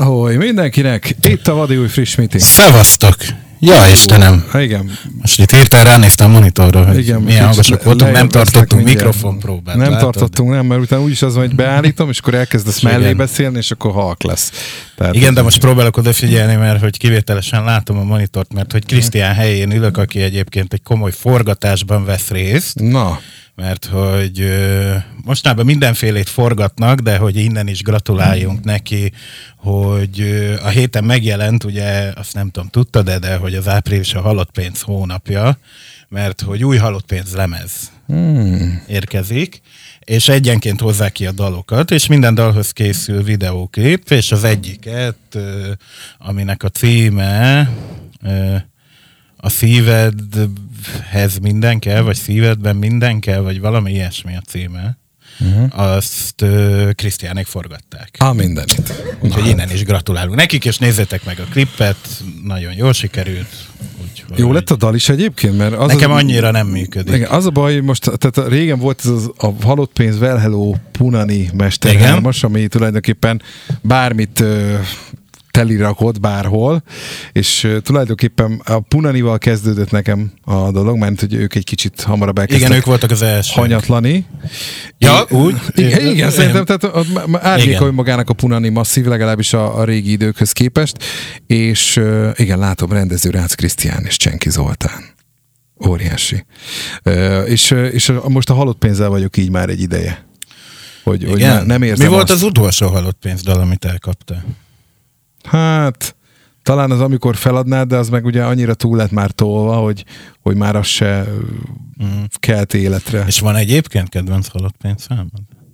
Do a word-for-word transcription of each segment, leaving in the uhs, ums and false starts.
Ahogy mindenkinek, itt a vadi új friss meeting. Szevasztok! Ja, Istenem! Ha, igen. Most itt hirtelen ránéztem a monitorra, hogy igen, milyen hangosak voltunk, nem tartottunk mikrofonpróbát. Nem látod? tartottunk, nem, mert utána úgyis az van, hogy beállítom, és akkor elkezdesz mellé beszélni, és akkor halk lesz. Tehát igen, de most próbálok odafigyelni, mert hogy kivételesen látom a monitort, mert hogy Krisztián helyén ülök, aki egyébként egy komoly forgatásban vesz részt. Na. Mert hogy ö, mostában mindenfélét forgatnak, de hogy innen is gratuláljunk neki, hogy ö, a héten megjelent, ugye azt nem tudom, tudtad de, de hogy az április a halott pénz hónapja, mert hogy új halott pénz lemez hmm. érkezik, és egyenként hozzák ki a dalokat, és minden dalhoz készül videóklip, és az egyiket, ö, aminek a címe ö, a szívedhez minden kell, vagy szívedben minden kell, vagy valami ilyesmi a címe. Uh-huh. Azt Krisztiánék forgatták. A mindenit. Úgyhogy innen is gratulálunk nekik, és nézzétek meg a klippet, nagyon jól sikerült. Úgyhogy... Jó lett a dal is egyébként, mert az nekem az... annyira nem működik. Igen, az a baj, most tehát régen volt ez az, a halott pénz Well Hello Punani Mester hármas, ami tulajdonképpen bármit uh, telirakott bárhol, és uh, tulajdonképpen a Punanival kezdődött nekem a dolog, mert hogy ők egy kicsit hamarabb elkezdtek. Igen, ők voltak az elsők. Hanyatlani. Ja, é, úgy? Igen, igen, igen szerintem, tehát árnyékolj magának a Punani masszív, legalábbis a, a régi időkhöz képest, és uh, igen, látom, rendező Rácz Krisztián és Csenki Zoltán. Óriási. Uh, és, és most a halott pénzzel vagyok így már egy ideje. Hogy, hogy ne, nem érzem. Mi volt azt... az utolsó halott pénzdal, amit elkaptál? Hát, talán az amikor feladnád, de az meg ugye annyira túl lett már tolva, hogy, hogy már az se mm. kelt életre. És van egyébként kedvenc halott pénzszámod?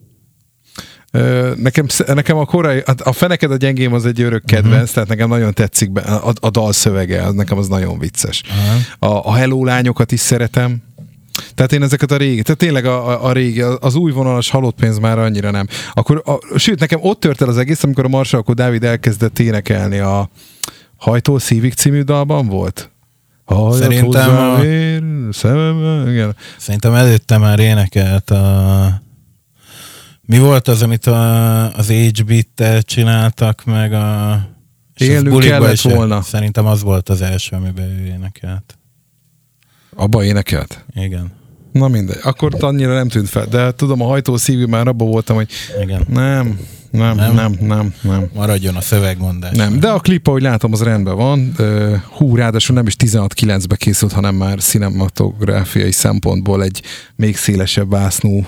Nekem, nekem a korai, a Feneked a gyengém az egy örök kedvenc, uh-huh. tehát nekem nagyon tetszik be, a, a dal szövege, az nekem az nagyon vicces. Uh-huh. A, a Hello lányokat is szeretem. Tehát én ezeket a régi, tehát tényleg a, a, a régi, az új vonalas halott pénz már annyira nem. Akkor, a, sőt, nekem ott tört el az egész, amikor a Marsalkó Dávid elkezdett énekelni a Hajtó szívig című dalban volt. Szerintem a... vér, szemem, igen. Szerintem előtte már énekelt a... Mi volt az, amit a, az há bé-tel csináltak, meg a... Élnünk kellett volna. Szerintem az volt az első, amiben ő énekelt. Abba énekelt? Igen. Na mindegy. Akkor annyira nem tűnt fel. De tudom, a Hajtó szívű már abban voltam, hogy igen. Nem, nem, nem, nem, nem, nem. Maradjon a szövegmondás. Nem, de a klip, ahogy látom, az rendben van. Hú, ráadásul nem is tizenhat kilencbe készült, hanem már cinematográfiai szempontból egy még szélesebb vásznú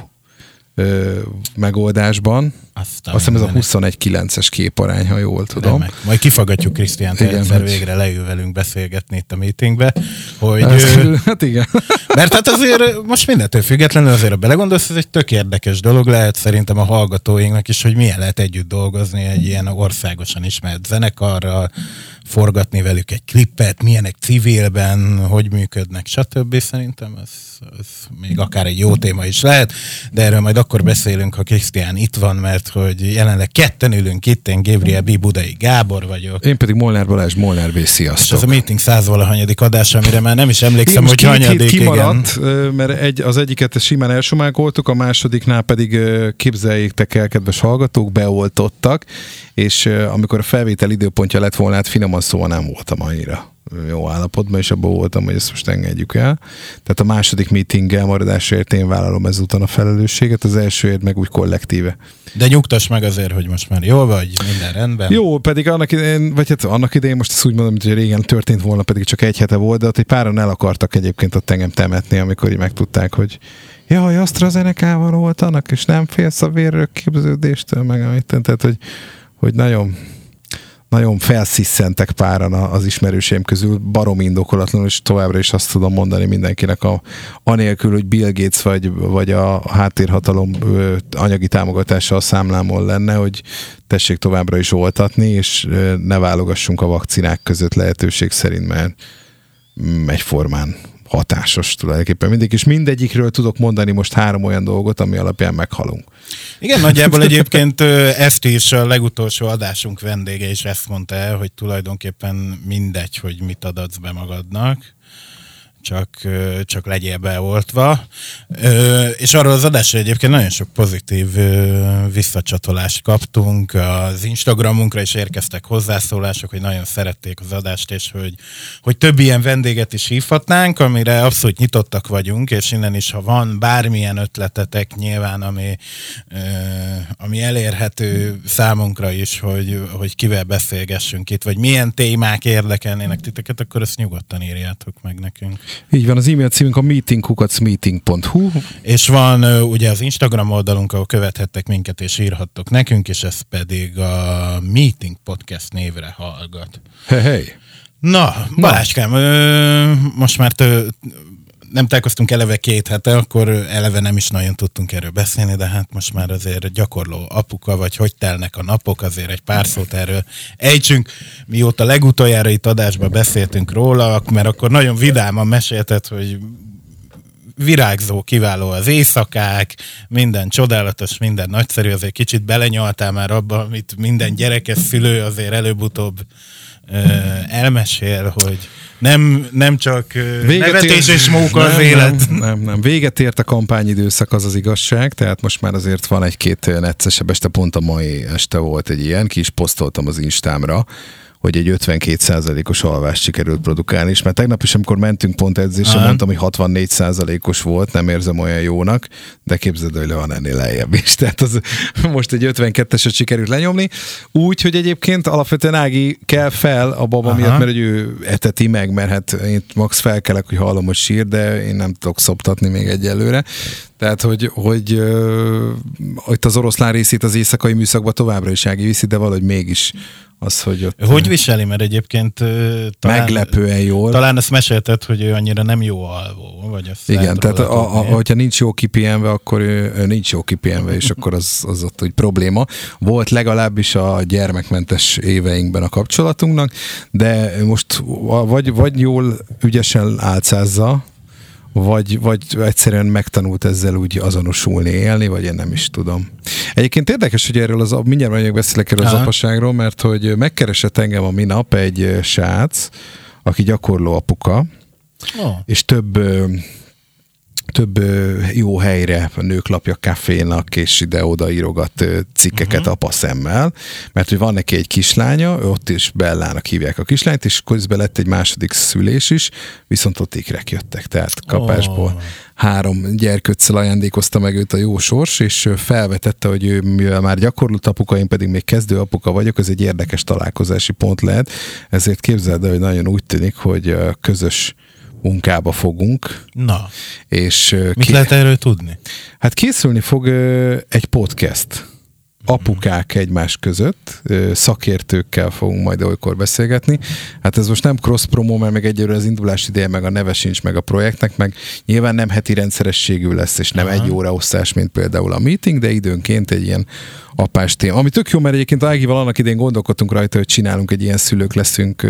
Ö, megoldásban. Aztán azt hiszem ez a huszonegy kilences képarány, ha jól tudom. Remek. Majd kifagatjuk Krisztiánt egyszer hogy... végre leül velünk beszélgetni itt a meetingbe, hogy... Ő... Hát igen. Mert hát azért most mindentől függetlenül azért, ha belegondolsz, ez egy tök érdekes dolog lehet szerintem a hallgatóinknak is, hogy milyen lehet együtt dolgozni egy ilyen országosan ismert zenekarral, forgatni velük egy klippet, milyenek civilben, hogy működnek, stb. Szerintem ez, ez még akár egy jó téma is lehet, de erről majd akkor beszélünk, ha Krisztián itt van, mert hogy jelenleg ketten ülünk itt, én Gabriel B. Budai Gábor vagyok. Én pedig Molnár Balázs, Molnár B. Sziasztok. És ez a meeting százvalahanyadik adása, amire már nem is emlékszem, hogy hanyadik, kimaradt, igen. Mert egy, az egyiket simán elsomálkoltuk, a másodiknál pedig képzeljétek el, kedves hallgatók, beoltottak, és amikor a felvétel időpontja lett volna, hát finoman szóval nem voltam annyira jó állapotban, és abban voltam, hogy ezt most engedjük el. Tehát a második meeting elmaradásért én vállalom ezúton a felelősséget, az elsőért meg úgy kollektíve. De nyugtass meg azért, hogy most már jól vagy, minden rendben. Jó, pedig annak idején, vagy hát annak idején most ezt úgy mondom, hogy régen történt volna, pedig csak egy hete volt, de ott egy páran el akartak egyébként ott engem temetni, amikor így megtudták, hogy jaj, AstraZenecával voltanak, és nem félsz a vérrögképződéstől, meg amit, tehát, hogy, hogy nagyon nagyon felszisszentek páran az ismerőseim közül, barom indokolatlanul, és továbbra is azt tudom mondani mindenkinek, a, anélkül, hogy Bill Gates vagy, vagy a háttérhatalom ö, anyagi támogatással számlámon lenne, hogy tessék továbbra is oltatni, és ö, ne válogassunk a vakcinák között lehetőség szerint, mert egyformán hatásos tulajdonképpen mindig, és mindegyikről tudok mondani most három olyan dolgot, ami alapján meghalunk. Igen, nagyjából egyébként ezt is a legutolsó adásunk vendége is ezt mondta el, hogy tulajdonképpen mindegy, hogy mit adsz be magadnak, csak, csak legyél beoltva. És arról az adásra egyébként nagyon sok pozitív visszacsatolást kaptunk. Az Instagramunkra is érkeztek hozzászólások, hogy nagyon szerették az adást, és hogy, hogy több ilyen vendéget is hívhatnánk, amire abszolút nyitottak vagyunk, és innen is, ha van bármilyen ötletetek nyilván, ami, ami elérhető számunkra is, hogy, hogy kivel beszélgessünk itt, vagy milyen témák érdekelnének titeket, akkor ezt nyugodtan írjátok meg nekünk. Így van, az e-mail címünk a meeting kukac meeting pont hu. És van uh, ugye az Instagram oldalunk, ahol követhettek minket és írhattok nekünk, és ez pedig a Meeting Podcast névre hallgat. Hey, hey. Na, Balázskám, uh, most már tő, nem találkoztunk eleve két hete, akkor eleve nem is nagyon tudtunk erről beszélni, de hát most már azért gyakorló apuka, vagy hogy telnek a napok, azért egy pár szót erről ejtsünk. Mióta legutoljára itt adásban beszéltünk róla, mert akkor nagyon vidáman mesélted, hogy virágzó, kiváló az éjszakák, minden csodálatos, minden nagyszerű, azért kicsit belenyaltál már abba, amit minden gyerekes szülő azért előbb-utóbb elmesél, hogy nem, nem csak véget nevetés ért, és móka az nem, élet. Nem, nem, nem. Véget ért a kampányidőszak, az az igazság, tehát most már azért van egy-két neccesebb este, pont a mai este volt egy ilyen, ki is posztoltam az Instámra, hogy egy ötvenkét százalékos alvást sikerült produkálni, és mert tegnap is, amikor mentünk pont edzésre, ah. mondtam, hogy hatvannégy százalékos volt, nem érzem olyan jónak, de képzeld, hogy le van ennél lejjebb is. Tehát az, most egy ötvenketteset sikerült lenyomni. Úgy, hogy egyébként alapvetően Ági kell fel a baba Aha. miatt, mert hogy ő eteti meg, mert hát én max felkelek, hogy hallom, hogy sír, de én nem tudok szoptatni még egyelőre. Tehát, hogy, hogy uh, itt az oroszlán részét az éjszakai műszakba továbbra is Ági viszi, de valahogy mégis az, hogy ott... Hogy viseli, mert egyébként talán... Meglepően jól. Talán ezt mesélted, hogy ő annyira nem jó alvó, vagy azt igen, tehát a, a, a, hogyha nincs jó kipihenve, akkor ő, ő nincs jó kipihenve, és akkor az, az ott hogy probléma. Volt legalábbis a gyermekmentes éveinkben a kapcsolatunknak, de most vagy, vagy jól ügyesen álcázza, Vagy, vagy egyszerűen megtanult ezzel úgy azonosulni, élni, vagy én nem is tudom. Egyébként érdekes, hogy erről az, mindjárt majd beszélek erről Aha. az apaságról, mert hogy megkeresett engem a minap egy srác, aki gyakorló apuka, oh. és több több jó helyre, a Nőklapja Cafénak, és ide-oda írogat cikkeket uh-huh. apa szemmel, mert hogy van neki egy kislánya, ott is Bellának hívják a kislányt, és közben lett egy második szülés is, viszont ott ikrek jöttek, tehát kapásból oh. három gyerkőccel ajándékozta meg őt a jó sors, és felvetette, hogy ő, mivel már gyakorlott apuka, én pedig még kezdő apuka vagyok, ez egy érdekes találkozási pont lehet, ezért képzeld el, hogy nagyon úgy tűnik, hogy közös munkába fogunk. Na, és mit ké... lehet erről tudni? Hát készülni fog egy podcast. Apukák egymás között, szakértőkkel fogunk majd olykor beszélgetni. Hát ez most nem cross-promo, mert meg egyelőre az indulás ideje, meg a neve sincs meg a projektnek, meg nyilván nem heti rendszerességű lesz, és nem Aha. egy óra osztás, mint például a meeting, de időnként egy ilyen apás téma. Ami tök jó, mert egyébként Ágival annak idén gondolkodtunk rajta, hogy csinálunk egy ilyen szülők leszünk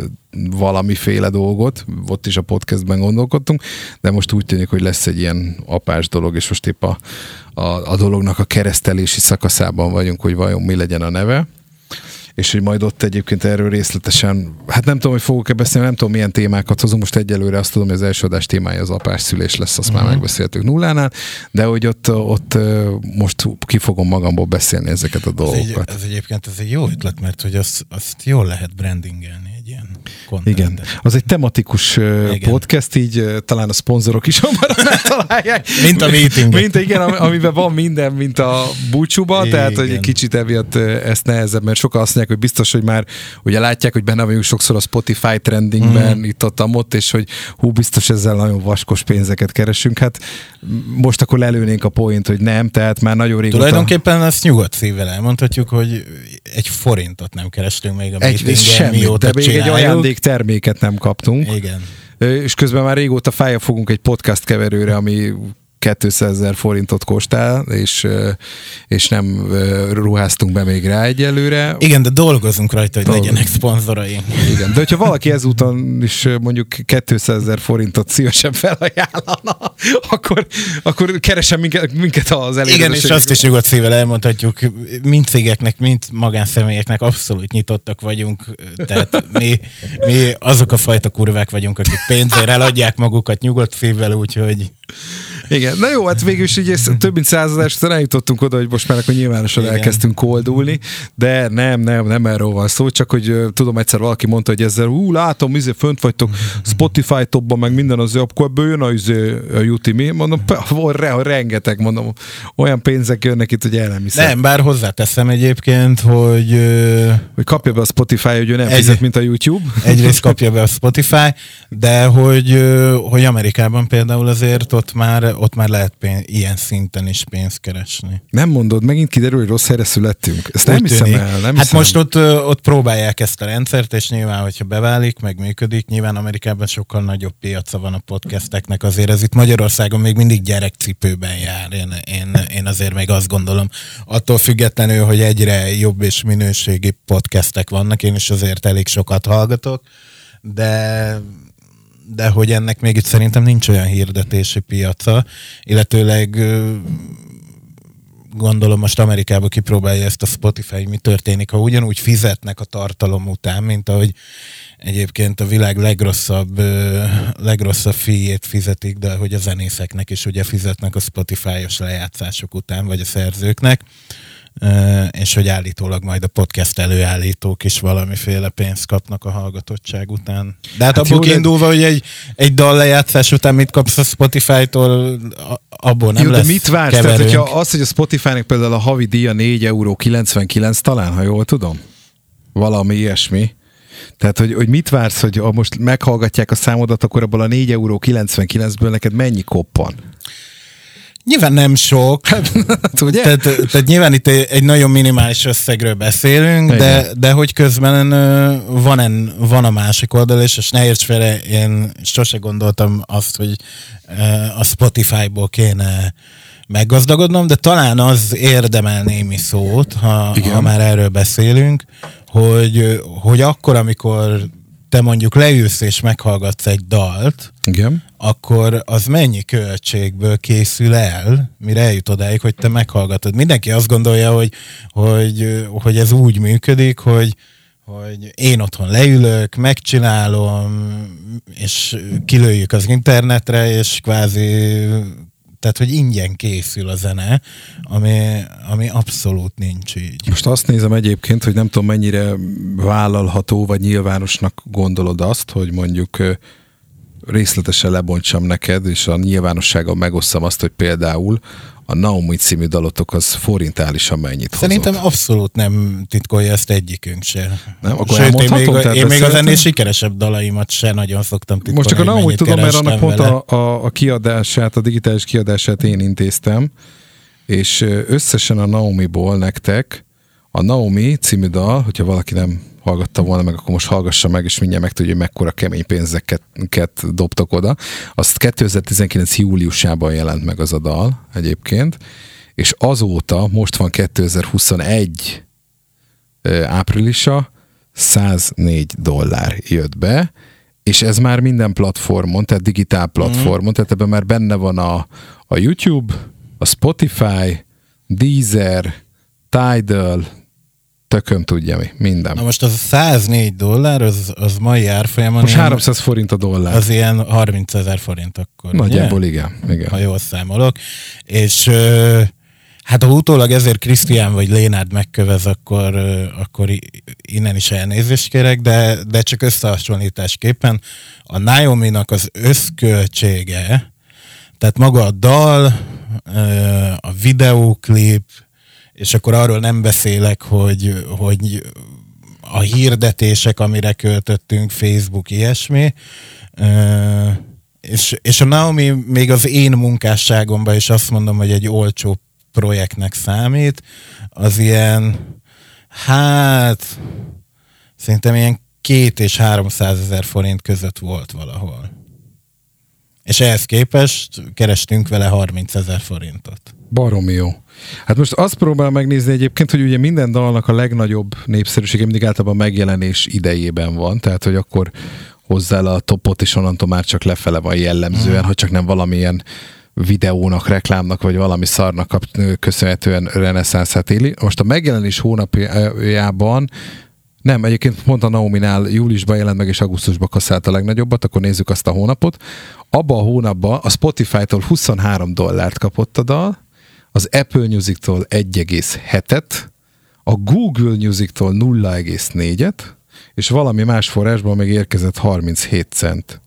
valamiféle dolgot, ott is a podcastben gondolkodtunk, de most úgy tűnik, hogy lesz egy ilyen apás dolog, és most épp a, a, a dolognak a keresztelési szakaszában vagyunk, hogy vajon mi legyen a neve, és hogy majd ott egyébként erről részletesen, hát nem tudom, hogy fogok-e beszélni, nem tudom, milyen témákat hozunk, most egyelőre azt tudom, hogy az első adás témája az apás szülés lesz, azt uh-huh. már megbeszéltük nullánál, de hogy ott, ott most ki fogom magamból beszélni ezeket a dolgokat. Ez, egy, ez egyébként ez egy jó ötlet, mert hogy azt, azt jól lehet brandingelni egy ilyen content. Igen, az egy tematikus igen. podcast, így talán a szponzorok is hamarabb megtalálják. Mint a meeting. Mint igen, amiben van minden, mint a búcsúban, tehát hogy egy kicsit emiatt ezt nehezebb, mert sokan azt mondják, hogy biztos, hogy már ugye látják, hogy benne vagyunk sokszor a Spotify trendingben, mm. itt ott, ott, és hogy hú, biztos ezzel nagyon vaskos pénzeket keresünk. Hát most akkor lelőnénk a point, hogy nem, tehát már nagyon régóta... Tulajdonképpen ezt nyugodt szívvel elmondhatjuk, hogy egy forintot nem kerestünk még a meetingen, mióta de még egy ajándékterméket nem kaptunk. Igen. És közben már régóta fája fogunk egy podcast keverőre, ami kétszázezer forintot kostál, és, és nem ruháztunk be még rá egyelőre. Igen, de dolgozunk rajta, hogy Dolgozunk. legyenek szponzoraink. Igen, de hogyha valaki ezúton is mondjuk kétszázezer forintot szívesen felajánlana, akkor, akkor keresem minket, minket az elérhetőségre. Igen, és azt is nyugodt szívvel elmondhatjuk, mind cégeknek, mind magánszemélyeknek abszolút nyitottak vagyunk, tehát mi, mi azok a fajta kurvák vagyunk, akik pénzért eladják magukat nyugodt szívvel, úgyhogy... Igen, na jó, hát végül is így több mint századásra eljutottunk oda, hogy most már akkor nyilvánosan Igen. elkezdtünk koldulni, de nem, nem, nem erről van szó, csak hogy uh, tudom, egyszer valaki mondta, hogy ezzel, ú, látom, izé, fönt vagytok Spotify topban, meg minden az, akkor ebből jön a, izé, a Juti, mi? Mondom, re, rengeteg, mondom, olyan pénzek jönnek itt, hogy el nem hiszem. Nem, bár hozzáteszem egyébként, hogy... Uh, hogy kapja be a Spotify, hogy ő nem egy, fizet, mint a YouTube. Egyrészt kapja be a Spotify, de hogy, uh, hogy Amerikában például azért ott már ott már lehet pénz, ilyen szinten is pénzt keresni. Nem mondod, megint kiderül, hogy rossz helyre születtünk. Ezt nem hiszem el. Nem hát hiszem. most ott, ott próbálják ezt a rendszert, és nyilván, hogyha beválik, meg működik, nyilván Amerikában sokkal nagyobb piaca van a podcasteknek, azért ez itt Magyarországon még mindig gyerekcipőben jár. Én, én, én azért még azt gondolom, attól függetlenül, hogy egyre jobb és minőségi podcastek vannak, én is azért elég sokat hallgatok, de... de hogy ennek még itt szerintem nincs olyan hirdetési piaca, illetőleg gondolom most Amerikában kipróbálja ezt a Spotify, mi történik, ha ugyanúgy fizetnek a tartalom után, mint ahogy egyébként a világ legrosszabb, legrosszabb fee-jét fizetik, de hogy a zenészeknek is ugye fizetnek a Spotify-os lejátszások után, vagy a szerzőknek. Uh, és hogy állítólag majd a podcast előállítók is valamiféle pénzt kapnak a hallgatottság után. De hát, hát abból kiindulva, de... hogy egy, egy dal lejátszás után mit kapsz a Spotify-tól, abból nem jó, lesz de mit vársz? keverünk. Tehát, hogyha az, hogy a Spotify-nek például a havi díja négy euró kilencvenkilenc talán, ha jól tudom? Valami ilyesmi. Tehát, hogy, hogy mit vársz, hogy ha most meghallgatják a számodat, akkor abból a négy euró kilencvenkilencből neked mennyi koppan? Nyilván nem sok, ugye? Tehát, tehát nyilván itt egy nagyon minimális összegről beszélünk, de, de hogy közben van, en, van a másik oldal, és ne érts félre, én sose gondoltam azt, hogy a Spotify-ból kéne meggazdagodnom, de talán az érdemel némi szót, ha, ha már erről beszélünk, hogy, hogy akkor, amikor te mondjuk leülsz és meghallgatsz egy dalt, igen. akkor az mennyi költségből készül el, mire eljut odáig, hogy te meghallgatod. Mindenki azt gondolja, hogy, hogy, hogy ez úgy működik, hogy, hogy én otthon leülök, megcsinálom, és kilőjük az internetre, és kvázi, tehát, hogy ingyen készül a zene, ami, ami abszolút nincs így. Most azt nézem egyébként, hogy nem tudom mennyire vállalható, vagy nyilvánosnak gondolod azt, hogy mondjuk részletesen lebontsam neked, és a nyilvánossággal megosszam azt, hogy például a Naomi című dalotok az forintálisan mennyit hozott. Szerintem abszolút nem titkolja ezt egyikünk se. Nem? Akkor sőt, én még, a, én még az ennél sikeresebb dalaimat se nagyon szoktam titkolni. Most csak a Naomi tudom, mert annak pont a, a, a kiadását, a digitális kiadását én intéztem, és összesen a Naomiból nektek a Naomi című dal, hogyha valaki nem hallgatta volna meg, akkor most hallgassa meg, és mindjárt megtudja, hogy mekkora kemény pénzeket dobtak oda. Azt kétezer-tizenkilenc júliusában jelent meg az a dal egyébként, és azóta, most van kétezer-huszonegy áprilisa, száznégy dollár jött be, és ez már minden platformon, tehát digitál platformon, mm. tehát ebben már benne van a, a YouTube, a Spotify, Deezer, Tidal, tököm tudja mi, minden. Na most az száznégy dollár, az, az mai árfolyamon... Most háromszáz forint a dollár. Az ilyen harmincezer forint akkor. Nagyjából igen, igen. Ha jól számolok. És hát ha utólag ezért Krisztián vagy Lénád megkövez, akkor, akkor innen is elnézést kérek, de, de csak összehasonlításképpen a Naomi-nak az összköltsége, tehát maga a dal, a videóklip, és akkor arról nem beszélek, hogy, hogy a hirdetések, amire költöttünk, Facebook, ilyesmi. És, és a Naomi még az én munkásságomban is azt mondom, hogy egy olcsó projektnek számít. Az ilyen, hát szerintem ilyen két és háromszázezer forint között volt valahol. És ehhez képest kerestünk vele harmincezer forintot. Baromi jó. Hát most azt próbál megnézni egyébként, hogy ugye minden dalnak a legnagyobb népszerűsége mindig általában megjelenés idejében van, tehát hogy akkor hozzá a topot, és onnantól már csak lefele van jellemzően, mm. hogy csak nem valamilyen videónak, reklámnak, vagy valami szarnak köszönhetően reneszánszát éli. Most a megjelenés hónapjában nem, egyébként pont a Naominál júliusban jelent meg, és augusztusban kasszált a legnagyobbat, akkor nézzük azt a hónapot. Abban a hónapban a Spotify-tól huszonhárom dollárt kapott a dal, az Apple Music-tól egy egész hetet, a Google Music-tól nulla egész négyet, és valami más forrásból még érkezett harminchét cent.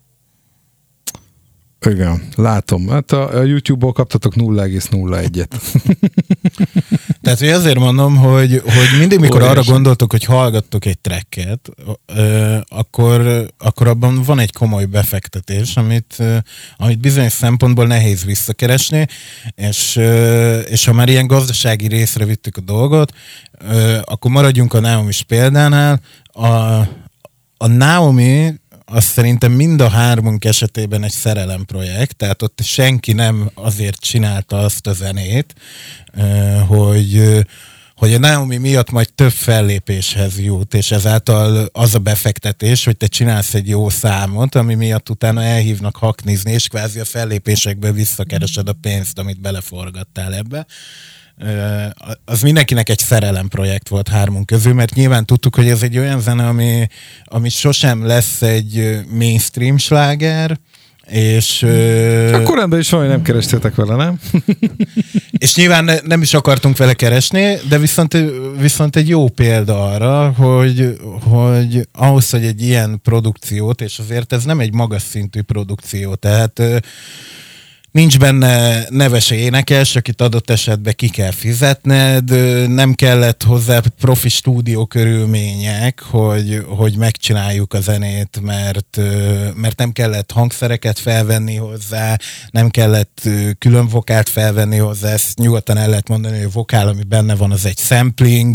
Igen, látom. Hát a YouTube-ból kaptatok nulla egész nulla egyet. Tehát, hogy azért mondom, hogy, hogy mindig, mikor Óriási. arra gondoltok, hogy hallgattok egy tracket, akkor, akkor abban van egy komoly befektetés, amit, amit bizonyos szempontból nehéz visszakeresni, és, és ha már ilyen gazdasági részre vittük a dolgot, akkor maradjunk a Naomi-s példánál. A, a Naomi az szerintem mind a hármunk esetében egy szerelemprojekt, tehát ott senki nem azért csinálta azt a zenét, hogy, hogy a Naomi miatt majd több fellépéshez jut, és ezáltal az a befektetés, hogy te csinálsz egy jó számot, ami miatt utána elhívnak haknizni, és kvázi a fellépésekből visszakeresed a pénzt, amit beleforgattál ebbe. Az mindenkinek egy szerelemprojekt volt hármunk közül, mert nyilván tudtuk, hogy ez egy olyan zene, ami, ami sosem lesz egy mainstream sláger, és... Akkor rendben is van, hogy nem kerestétek vele, nem? És nyilván ne, nem is akartunk vele keresni, de viszont, viszont egy jó példa arra, hogy, hogy ahhoz, hogy egy ilyen produkciót, és azért ez nem egy magas szintű produkció, tehát nincs benne neves énekes, akit adott esetben ki kell fizetned, nem kellett hozzá profi stúdió körülmények, hogy, hogy megcsináljuk a zenét, mert, mert nem kellett hangszereket felvenni hozzá, nem kellett külön vokált felvenni hozzá, ezt nyugodtan el lehet mondani, hogy a vokál, ami benne van, az egy sampling,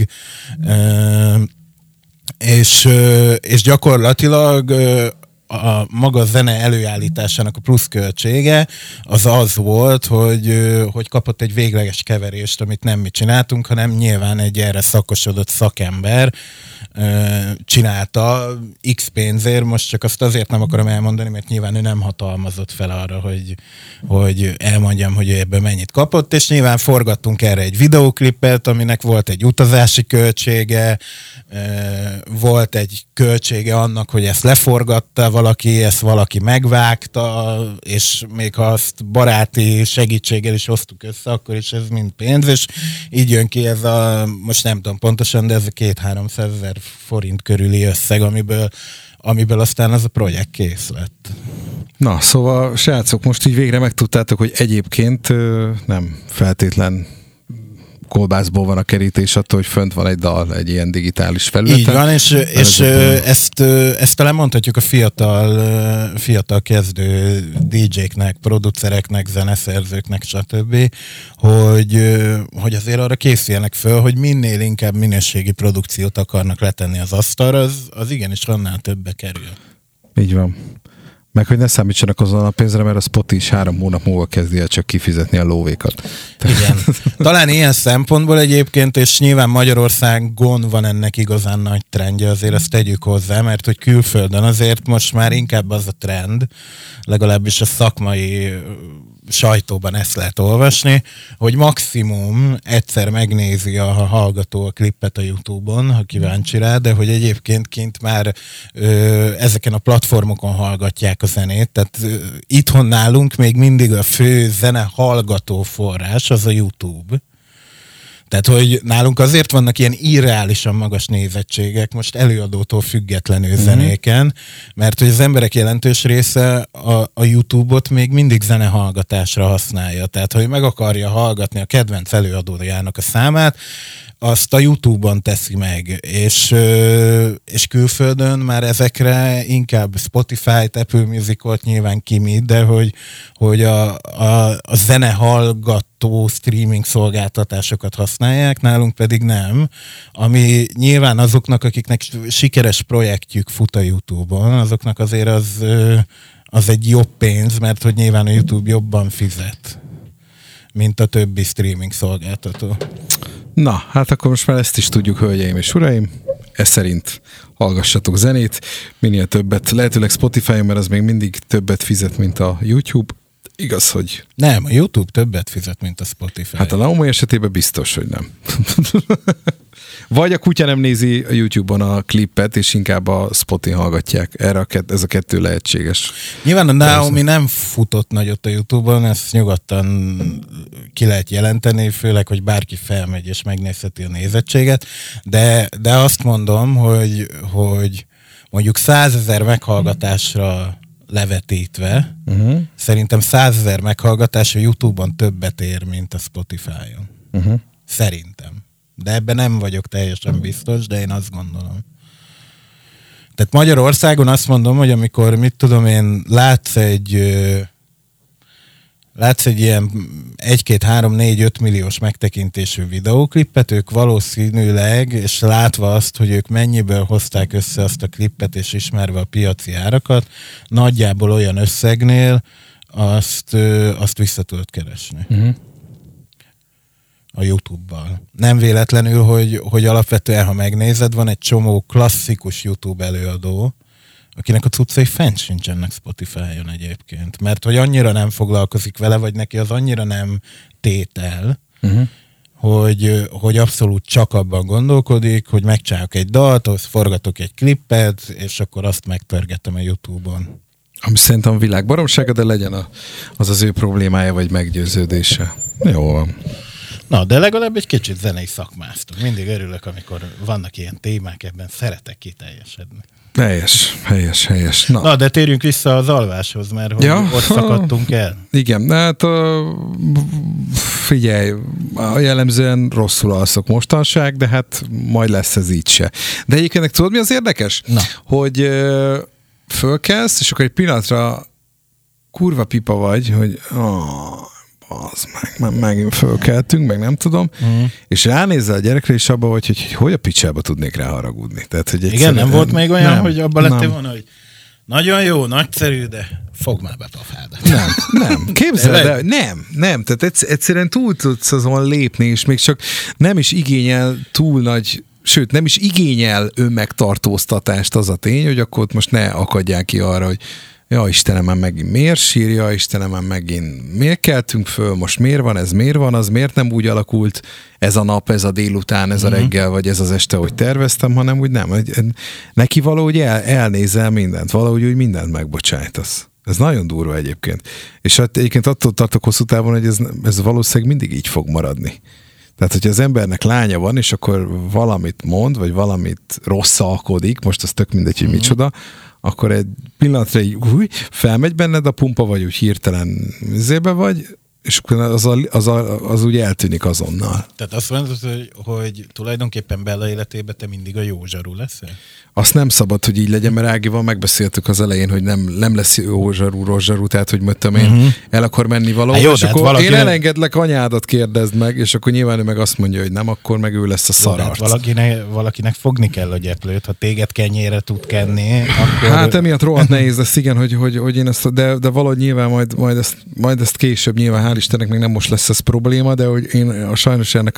és, és gyakorlatilag a maga a zene előállításának a pluszköltsége az az volt, hogy, hogy kapott egy végleges keverést, amit nem mi csináltunk, hanem nyilván egy erre szakosodott szakember csinálta X pénzért, most csak azt azért nem akarom elmondani, mert nyilván ő nem hatalmazott fel arra, hogy, hogy elmondjam, hogy ő ebben mennyit kapott, és nyilván forgattunk erre egy videóklipet, aminek volt egy utazási költsége, volt egy költsége annak, hogy ezt leforgatta valaki, ezt valaki megvágta, és még ha azt baráti segítséggel is hoztuk össze, akkor is ez mind pénz, és így jön ki ez a, most nem tudom pontosan, de ez a két-háromszázezer forint körüli összeg, amiből, amiből aztán az a projekt kész lett. Na, szóval srácok, most így végre megtudtátok, hogy egyébként nem feltétlen kolbászból van a kerítés attól, hogy fönt van egy dal egy ilyen digitális felületen. Így van, és, és ezt, ezt talán mondhatjuk a fiatal, fiatal kezdő dé dzséknek, producereknek, zeneszerzőknek, stb., hogy, hogy azért arra készüljenek föl, hogy minél inkább minőségi produkciót akarnak letenni az asztalra, az, az igenis annál többbe kerül. Így van. Meg hogy ne számítsanak azon a pénzre, mert a Spotify is három hónap múlva kezdi el csak kifizetni a lóvékat. Igen. Talán ilyen szempontból egyébként, és nyilván Magyarországon van ennek igazán nagy trendje, azért ezt tegyük hozzá, mert hogy külföldön azért most már inkább az a trend, legalábbis a szakmai sajtóban ezt lehet olvasni, hogy maximum egyszer megnézi a hallgató a klippet a YouTube-on, ha kíváncsi rá, de hogy egyébként kint már ö, ezeken a platformokon hallgatják a zenét, tehát ö, itthon nálunk még mindig a fő zene hallgató forrás az a YouTube. Tehát, hogy nálunk azért vannak ilyen irreálisan magas nézettségek, most előadótól függetlenül mm-hmm. zenéken, mert hogy az emberek jelentős része a, a YouTube-ot még mindig zenehallgatásra használja. Tehát, hogy meg akarja hallgatni a kedvenc előadójának a számát, azt a YouTube-on teszi meg, és, és külföldön már ezekre inkább Spotify-t, Apple Music-ot nyilván kimit, de hogy, hogy a, a, a zenehallgató streaming szolgáltatásokat használják, nálunk pedig nem, ami nyilván azoknak, akiknek sikeres projektjük fut a YouTube-on, azoknak azért az, az egy jobb pénz, mert hogy nyilván a YouTube jobban fizet, mint a többi streaming szolgáltató. Na, hát akkor most már ezt is tudjuk, hölgyeim és uraim. Ez szerint hallgassatok zenét, minél többet, lehetőleg Spotify-on, mert az még mindig többet fizet, mint a YouTube. Igaz, hogy... Nem, a YouTube többet fizet, mint a Spotify. Hát a Naomi esetében biztos, hogy nem. Vagy a kutya nem nézi a YouTube-on a klippet, és inkább a Spotin hallgatják. Erre a kett, ez a kettő lehetséges. Nyilván a Naomi nem futott nagyot a YouTube-on, ezt nyugodtan ki lehet jelenteni, főleg, hogy bárki felmegy és megnézheti a nézettséget, de, de azt mondom, hogy, hogy mondjuk százezer meghallgatásra levetítve, uh-huh. szerintem százezer meghallgatás a YouTube-on többet ér, mint a Spotify-on. Uh-huh. Szerintem. De ebben nem vagyok teljesen biztos, de én azt gondolom. Tehát Magyarországon azt mondom, hogy amikor, mit tudom én, látsz egy látsz egy ilyen egy, két, három, négy, öt milliós megtekintésű videóklippet, ők valószínűleg, és látva azt, hogy ők mennyiből hozták össze azt a klippet, és ismerve a piaci árakat, nagyjából olyan összegnél azt, azt vissza tudod keresni. Uh-huh. A YouTube-bal. Nem véletlenül, hogy, hogy alapvetően, ha megnézed, van egy csomó klasszikus YouTube előadó, akinek a cuccai fent sincsenek Spotify-on egyébként. Mert hogy annyira nem foglalkozik vele, vagy neki az annyira nem tétel, uh-huh. hogy, hogy abszolút csak abban gondolkodik, hogy megcsinálok egy dalt, ahhoz forgatok egy klippet, és akkor azt megpörgetem a YouTube-on. Ami szerintem a világ baromsága, de legyen a, az az ő problémája, vagy meggyőződése. Jó van. Na, de legalább egy kicsit zenei szakmáztunk. Mindig örülök, amikor vannak ilyen témák, ebben szeretek kiteljesedni. Helyes, helyes, helyes. Na, Na de térjünk vissza az alváshoz, mert hogy ja? ott szakadtunk el. Igen, hát a, figyelj, jellemzően rosszul alszok mostanság, de hát majd lesz ez így se. De egyébként tudod, mi az érdekes? Na. Hogy ö, fölkelsz, és akkor egy pillanatra kurva pipa vagy, hogy oh, az meg, meg, megint fölkeltünk, meg nem tudom, mm. és ránézzel a gyerekre, és abba vagy, hogy, hogy hogy a picsába tudnék rá haragudni. Tehát, hogy igen, nem volt még olyan, nem, hogy abba lettél volna, hogy nagyon jó, nagyszerű, de fogd már be pafádat. Nem, nem. Képzeld el, nem, nem. Tehát egyszerűen túl tudsz azon lépni, és még csak nem is igényel túl nagy, sőt, nem is igényel önmegtartóztatást az a tény, hogy akkor most ne akadják ki arra, hogy ja, Istenem, megint miért sírja, Istenem, megint miért keltünk föl, most miért van ez, miért van az, miért nem úgy alakult ez a nap, ez a délután, ez a reggel, vagy ez az este, hogy terveztem, hanem úgy nem. Neki valahogy el, elnézel mindent, valahogy úgy mindent megbocsájtasz. Ez nagyon durva egyébként. És hát egyébként attól tartok hosszú távon, hogy ez, ez valószínűleg mindig így fog maradni. Tehát, hogyha az embernek lánya van, és akkor valamit mond, vagy valamit rosszalkodik, most az tök mindegy, hogy micsoda, akkor egy pillanatra így új, felmegy benned a pumpa, vagy úgy hirtelen zébe vagy, és az, a, az, a, az úgy eltűnik azonnal. Tehát azt mondod, hogy, hogy tulajdonképpen Bella életében te mindig a jó zsarú leszel? Azt nem szabad, hogy így legyen, mert Ágival megbeszéltük az elején, hogy nem, nem lesz jó zsarú, rossz zsarú, tehát hogy möttem én, uh-huh. el akar menni valahol, jó, és akkor hát valaki... én elengedlek, anyádat kérdezd meg, és akkor nyilván ő meg azt mondja, hogy nem, akkor meg ő lesz a szararc. Hát valakinek, valakinek fogni kell a gyeplőt, ha téged kenyére tud kenni, akkor... Hát emiatt rohadt nehéz lesz, igen, hogy, hogy, hogy én ezt, de, de valahogy nyilván majd, majd, ezt, majd ezt később, nyilván hál' Istennek még nem most lesz ez probléma, de hogy én a sajnos ennek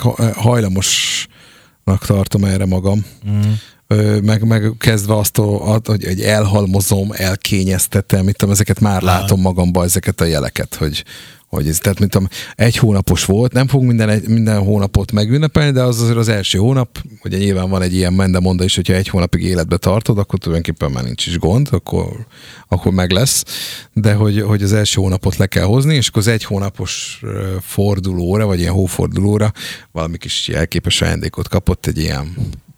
hajlamosnak tartom erre magam. Mm. Meg, meg kezdve azt, hogy egy elhalmozom, elkényeztetem, mit tudom, ezeket már látom magamban, ezeket a jeleket, hogy, hogy ez, tehát mint tudom, egy hónapos volt, nem fog minden, minden hónapot megünnepelni, de az azért az első hónap, ugye nyilván van egy ilyen mendemonda is, hogyha egy hónapig életbe tartod, akkor tulajdonképpen már nincs is gond, akkor, akkor meg lesz, de hogy, hogy az első hónapot le kell hozni, és akkor az egy hónapos fordulóra, vagy ilyen hófordulóra valami kis jelképes ajándékot kapott, egy ilyen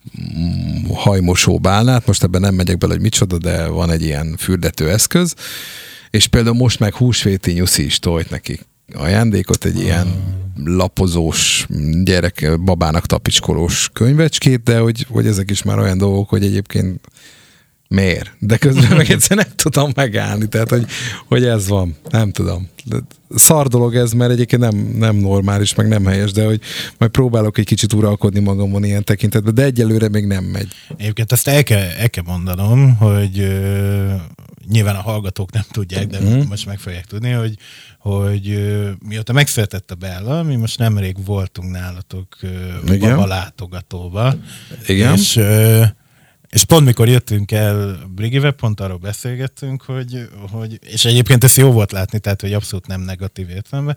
hajmosó bálnát, most ebben nem megyek bele, hogy micsoda, de van egy ilyen fürdető eszköz, és például most meg húsvéti nyuszi is tolt neki ajándékot, egy ilyen lapozós, gyerek, babának tapicskolós könyvecskét, de hogy, hogy ezek is már olyan dolgok, hogy egyébként miért? De közben meg egyszer nem tudom megállni, tehát hogy, hogy ez van, nem tudom. Szar dolog ez, mert egyébként nem, nem normális, meg nem helyes, de hogy majd próbálok egy kicsit uralkodni magamon ilyen tekintetben, de egyelőre még nem megy. Egyébként azt el kell, el kell mondanom, hogy ö, nyilván a hallgatók nem tudják, de mm. most meg fogják tudni, hogy, hogy mióta megszületett a Bella, mi most nemrég voltunk nálatok baba látogatóba. Igen. És, és pont mikor jöttünk el Brigibe, pont arról beszélgettünk, hogy, hogy, és egyébként ez jó volt látni, tehát hogy abszolút nem negatív értelemben,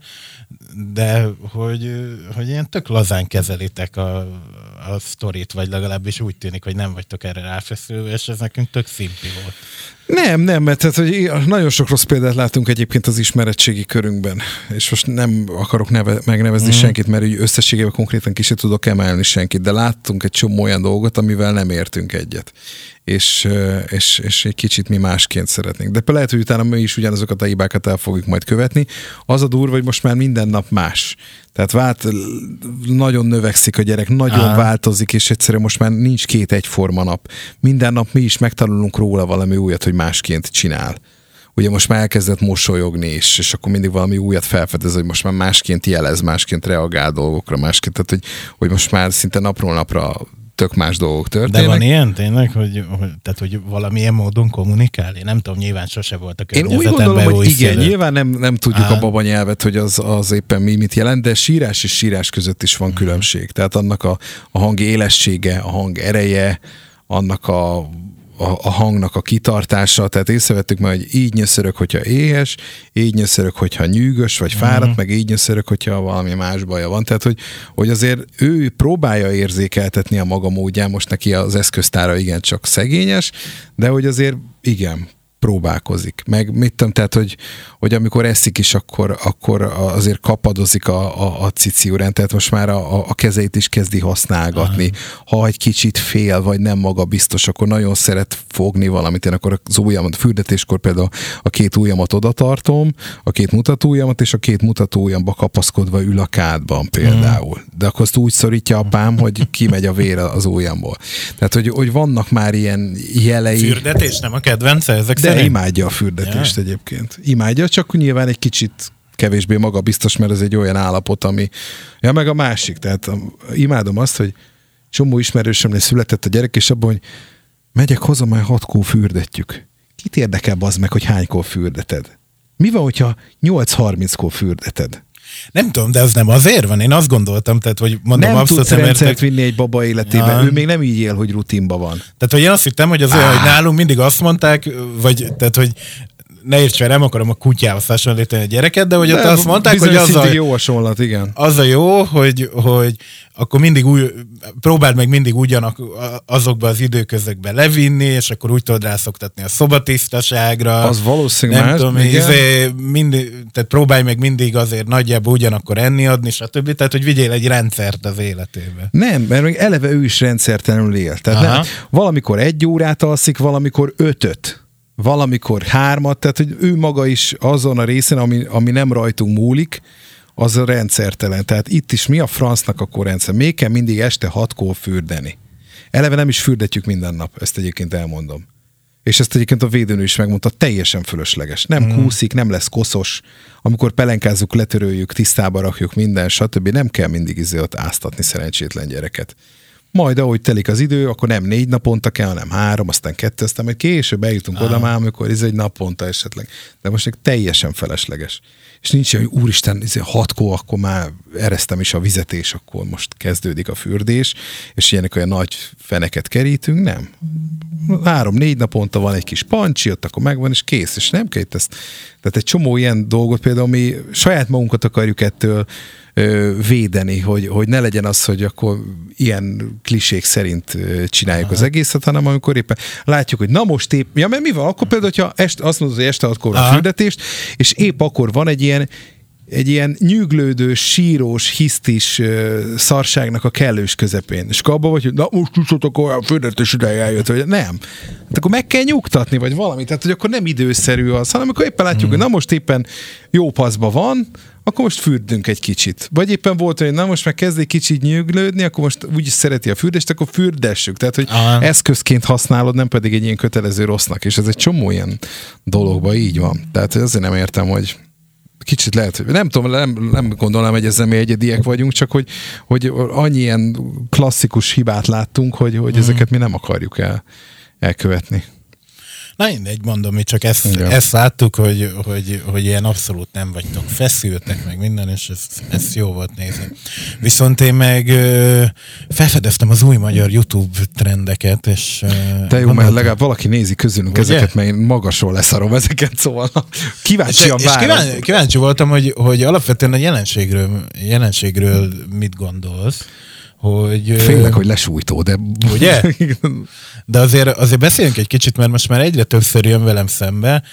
de hogy, hogy ilyen tök lazán kezelitek a, a sztorit, vagy legalábbis úgy tűnik, hogy nem vagytok erre ráfeszülve, és ez nekünk tök szimpi volt. Nem, nem, mert tehát, hogy nagyon sok rossz példát látunk egyébként az ismeretségi körünkben, és most nem akarok neve, megnevezni mm. senkit, mert úgy összességében konkrétan ki sem tudok emelni senkit, de láttunk egy csomó olyan dolgot, amivel nem értünk egyet. És, és, és egy kicsit mi másként szeretnénk. De lehet, hogy utána mi is ugyanazokat a hibákat el fogjuk majd követni. Az a durva, hogy most már minden nap más. Tehát vált, nagyon növekszik a gyerek, nagyon Aha. változik, és egyszerűen most már nincs két egyforma nap. Minden nap mi is megtanulunk róla valami újat, hogy másként csinál. Ugye most már elkezdett mosolyogni is, és akkor mindig valami újat felfedez, hogy most már másként jelez, másként reagál dolgokra, másként, tehát hogy, hogy most már szinte napról napra tök más dolgok történnek. De van ilyen tényleg, hogy, hogy, tehát, hogy valamilyen módon kommunikál? Én nem tudom, nyilván sose volt a környezetemben. Én úgy gondolom, hogy igen, szülő. Nyilván nem, nem tudjuk Á. a babanyelvet, hogy az, az éppen mi mit jelent, de sírás és sírás között is van hmm. különbség. Tehát annak a, a hang élessége, a hang ereje, annak a A, a hangnak a kitartása, tehát észrevettük már, hogy így nyöszörök, hogyha éhes, így nyöszörök, hogyha nyűgös, vagy fáradt, uh-huh. meg így nyöszörök, hogyha valami más baja van. Tehát, hogy, hogy azért ő próbálja érzékeltetni a maga módján, most neki az eszköztára igencsak szegényes, de hogy azért igen, próbálkozik. Meg mit tudom, tehát, hogy, hogy amikor eszik is, akkor, akkor azért kapadozik a, a, a ciciurán, tehát most már a, a kezeit is kezdi használgatni. Aha. Ha egy kicsit fél, vagy nem maga biztos, akkor nagyon szeret fogni valamit. Én akkor az ujjamat, fürdetéskor például a két ujjamat oda tartom, a két mutatóujjamat, és a két mutatóujjamba kapaszkodva ül a kádban például. Hmm. De akkor azt úgy szorítja apám, hogy kimegy a vér az ujjamból. Tehát, hogy, hogy vannak már ilyen jelei. Fürdetés nem a kedvence ezek De szerint? Imádja a fürdetést ja. egyébként. Imádja, csak nyilván egy kicsit kevésbé magabiztos, mert ez egy olyan állapot, ami... Ja, meg a másik, tehát imádom azt, hogy csomó ismerősömnél született a gyerek, és abban, hogy megyek haza, már hatkor fürdetjük. Kit érdekel az meg, hogy hánykor fürdeted? Mi van, hogyha nyolc harminckor fürdeted? Nem tudom, de az nem azért van. Én azt gondoltam, tehát, hogy mondom, nem abszolút tudsz rendszert vinni egy baba életében. Ja. Ő még nem így él, hogy rutinban van. Tehát, hogy én azt hittem, hogy az olyan, hogy nálunk mindig azt mondták, vagy, tehát, hogy ne érts fel, nem akarom a kutyához hasonlítani a gyereket, de hogy de ott azt mondták, hogy az a, jó hasonlat, igen. Az a jó, hogy, hogy akkor mindig új, próbáld meg mindig ugyanak azokba az időközökbe levinni, és akkor úgy tudod rászoktatni a szobatisztaságra. Az valószínűleg nem más, tudom, izé, mindig, tehát próbálj meg mindig azért nagyjából ugyanakkor enni adni, stb. Tehát, hogy vigyél egy rendszert az életébe. Nem, mert még eleve ő is rendszertelenül él. Tehát nem, valamikor egy órát alszik, valamikor ötöt. Valamikor hármat, tehát hogy ő maga is azon a részen, ami, ami nem rajtunk múlik, az a rendszertelen. Tehát itt is mi a francnak akkor rendszer? Még kell mindig este hatkor fürdeni. Eleve nem is fürdetjük minden nap, ezt egyébként elmondom. És ezt egyébként a védőnő is megmondta, teljesen fölösleges. Nem hmm. kúszik, nem lesz koszos. Amikor pelenkázzuk, letöröljük, tisztába rakjuk minden, stb. Nem kell mindig izé ott áztatni szerencsétlen gyereket. Majd ahogy telik az idő, akkor nem négy naponta kell, hanem három, aztán kettő, aztán majd később eljutunk ah. oda már, amikor ez egy naponta esetleg. De most még teljesen felesleges. És nincs olyan, hogy úristen, hatkor, akkor már eresztem is a vizet, és akkor most kezdődik a fürdés, és ilyenek olyan nagy feneket kerítünk, nem. Három-négy naponta van egy kis pancsi, ott akkor megvan, és kész, és nem kell ezt. Tehát egy csomó ilyen dolgot, például mi saját magunkat akarjuk ettől ö, védeni, hogy, hogy ne legyen az, hogy akkor ilyen klisék szerint csináljuk Aha. az egészet, hanem amikor éppen látjuk, hogy na most épp, ja, mert mi van? Akkor például, hogyha este, azt mondod, hogy este hatkor a fürdetést, és épp akkor van egy ilyen egy ilyen nyüglődő, sírós, hisztis uh, szarságnak a kellős közepén. És akkor abban vagy, hogy na most tudsz, olyan fürdetés ideje eljött, vagy nem. Hát akkor meg kell nyugtatni, vagy valamit. Tehát, hogy akkor nem időszerű az, hanem amikor éppen látjuk, hmm. hogy na most éppen jó paszba van, akkor most fürdünk egy kicsit. Vagy éppen volt, hogy na most meg kezd egy kicsit nyüglődni, akkor most úgyis szereti a fürdést, akkor fürdessük. Tehát, hogy Aha. eszközként használod, nem pedig egy ilyen kötelező rossznak. És ez egy csomó ilyen dologban így van. Tehát azért nem értem, hogy kicsit lehet, hogy nem tudom, nem, nem gondolom, hogy ezzel mi egyediek vagyunk, csak hogy, hogy annyi ilyen klasszikus hibát láttunk, hogy, hogy mm. ezeket mi nem akarjuk el, elkövetni. Na mindegy, mondom, mi csak ezt, ezt láttuk, hogy, hogy, hogy ilyen abszolút nem vagytok feszültek, meg minden, és ezt, ezt jó volt nézni. Viszont én meg ö, felfedeztem az új magyar YouTube trendeket, és... Ö, de jó, mert legalább valaki nézi közülünk ugye? Ezeket, mert én magasról leszarom ezeket, szóval kíváncsian várom. És kíváncsi, kíváncsi voltam, hogy, hogy alapvetően a jelenségről, jelenségről mit gondolsz. Hogy, félek, hogy lesújtó, de... Ugye? De azért, azért beszéljünk egy kicsit, mert most már egyre többször jön velem szembe,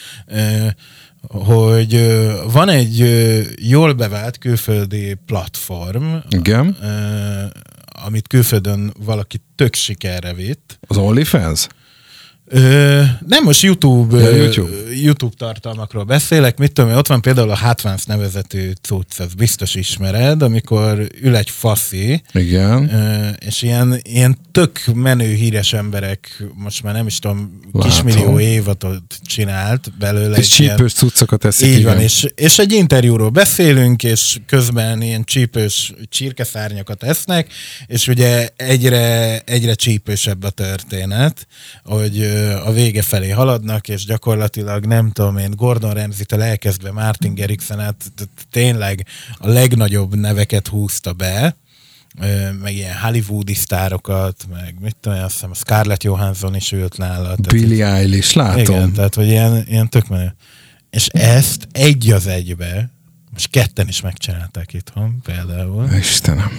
hogy van egy jól bevált külföldi platform, igen, amit külföldön valaki tök sikerre vitt. Az OnlyFans? Ö, nem most YouTube, ja, YouTube. YouTube tartalmakról beszélek, mit tudom, ott van például a Hatvánc nevezetű cucc, ezt biztos ismered, amikor ül egy faszi, igen. Ö, és ilyen, ilyen tök menő híres emberek, most már nem is tudom, látom, kismillió évadot csinált belőle. És csípős cuccokat eszik. Így igen. Van, és, és egy interjúról beszélünk, és közben ilyen csípős csirkeszárnyakat esznek, és ugye egyre, egyre csípősebb a történet, hogy a vége felé haladnak, és gyakorlatilag nem tudom én, Gordon Ramsay-től elkezdve Martin Garrixen át tényleg a legnagyobb neveket húzta be, meg ilyen hollywoodi sztárokat, meg mit tudom, azt hiszem a Scarlett Johansson is ült nála. Billie Eilish, látom. Igen, tehát hogy ilyen, ilyen tök menő. És ezt egy az egybe, most ketten is megcsinálták itthon például. Istenem.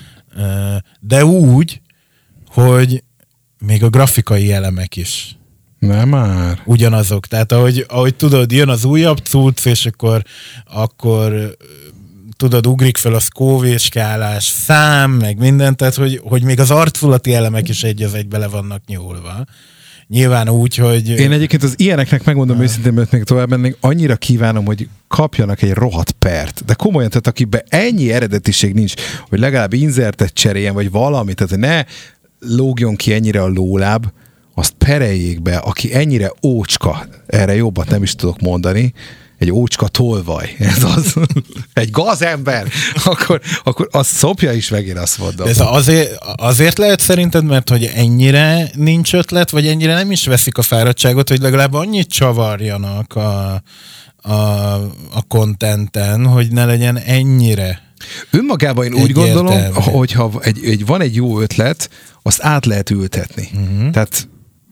De úgy, hogy még a grafikai elemek is. Nem már. Ugyanazok. Tehát ahogy, ahogy tudod, jön az újabb cucc, és akkor, akkor tudod, ugrik fel a Scoville skálás szám, meg minden, tehát hogy, hogy még az arculati elemek is egy az egybe le vannak nyúlva. Nyilván úgy, hogy... Én egyébként az ilyeneknek megmondom őszintén, mert még tovább mennénk, annyira kívánom, hogy kapjanak egy rohadt pert. De komolyan, tehát akiben ennyi eredetiség nincs, hogy legalább inzertet cseréljen, vagy valamit, tehát ne lógjon ki ennyire a lóláb, azt pereljék be, aki ennyire ócska, erre jobbat nem is tudok mondani, egy ócska tolvaj, ez az, egy gazember, akkor, akkor azt szopja is meg, én azt mondom. De ez azért, azért lehet szerinted, mert hogy ennyire nincs ötlet, vagy ennyire nem is veszik a fáradtságot, hogy legalább annyit csavarjanak a, a, a contenten, hogy ne legyen ennyire. Önmagában én úgy gondolom, hogyha egy, egy, van egy jó ötlet, azt át lehet ültetni. Uh-huh. Tehát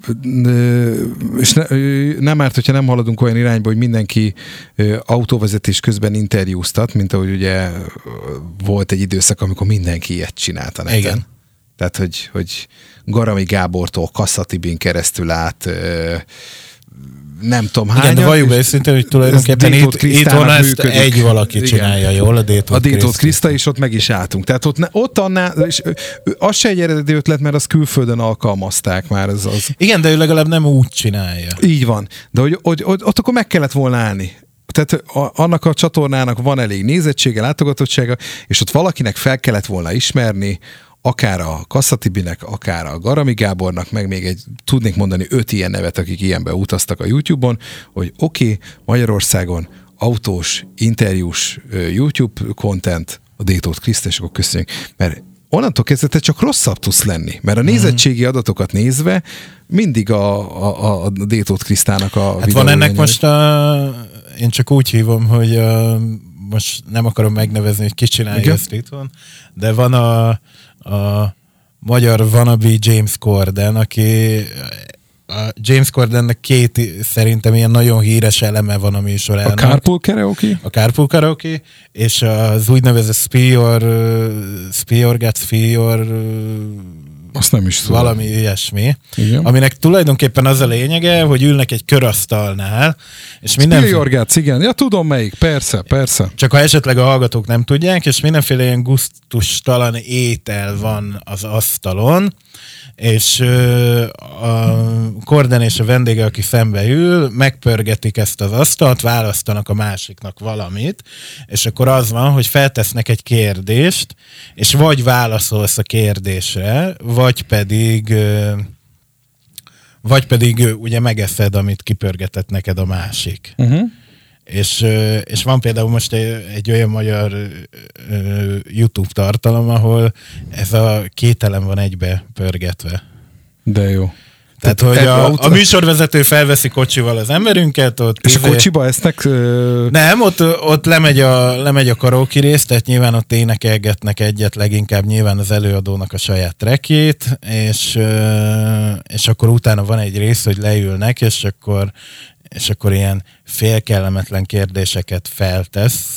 és ne, nem árt, hogyha nem haladunk olyan irányba, hogy mindenki autóvezetés közben interjúztat, mint ahogy ugye volt egy időszak, amikor mindenki ilyet csinált a neten. Igen. Tehát, hogy, hogy Garami Gábortól Kasszatibin keresztül át nem tudom hányan. Igen, de valljuk be őszintén, hogy tulajdonképpen itt, itt van ezt egy valaki igen. csinálja jól, a Détót A Détót Kriszta, és ott meg is álltunk. Tehát ott, ott annál, és az se egy eredeti ötlet, mert az külföldön alkalmazták már. Ez az. Igen, de ő legalább nem úgy csinálja. Így van. De hogy, hogy, hogy ott akkor meg kellett volna állni. Tehát a, annak a csatornának van elég nézettsége, látogatottsága, és ott valakinek fel kellett volna ismerni, akár a Kasszatibinek, akár a Garami Gábornak, meg még egy, tudnék mondani öt ilyen nevet, akik ilyenbe utaztak a YouTube-on, hogy oké, okay, Magyarországon autós, interjús YouTube content, a Détót Kriszta, és akkor köszönjük. Mert onnantól kezdve te csak rosszabb tudsz lenni. Mert a nézettségi adatokat nézve mindig a, a, a Détót Krisztának a hát van ennek most a... Én csak úgy hívom, hogy a, most nem akarom megnevezni, hogy ki csinálja ezt itthon, de van a, a magyar wannabe James Corden, aki a James Cordennek két szerintem ilyen nagyon híres eleme van a műsorának. A Carpool Karaoke? A Carpool Karaoke, és az úgynevezett Spior, Spior Got Spior, azt nem is tudom. Valami ilyesmi. Igen. Aminek tulajdonképpen az a lényege, hogy ülnek egy körasztalnál, és mindenféle... Spiorgác, igen. Ja, tudom melyik. Persze, persze. Csak ha esetleg a hallgatók nem tudják, és mindenféle ilyen gusztustalan étel van az asztalon, és a Corden és a vendége, aki szembe ül, megpörgetik ezt az asztalt, választanak a másiknak valamit, és akkor az van, hogy feltesznek egy kérdést, és vagy válaszolsz a kérdésre, vagy pedig vagy pedig ugye megeszed, amit kipörgetett neked a másik. Uh-huh. És, és van például most egy, egy olyan magyar YouTube tartalom, ahol ez a két elem van egybe pörgetve. De jó. Tehát, hogy a, a műsorvezető felveszi kocsival az emberünket. Ott és izé... a kocsiba esznek? Ö... Nem, ott, ott lemegy, a, lemegy a karaoke rész, tehát nyilván ott énekelgetnek egyet, leginkább nyilván az előadónak a saját trackjét, és, és akkor utána van egy rész, hogy leülnek, és akkor és akkor ilyen félkellemetlen kérdéseket feltesz,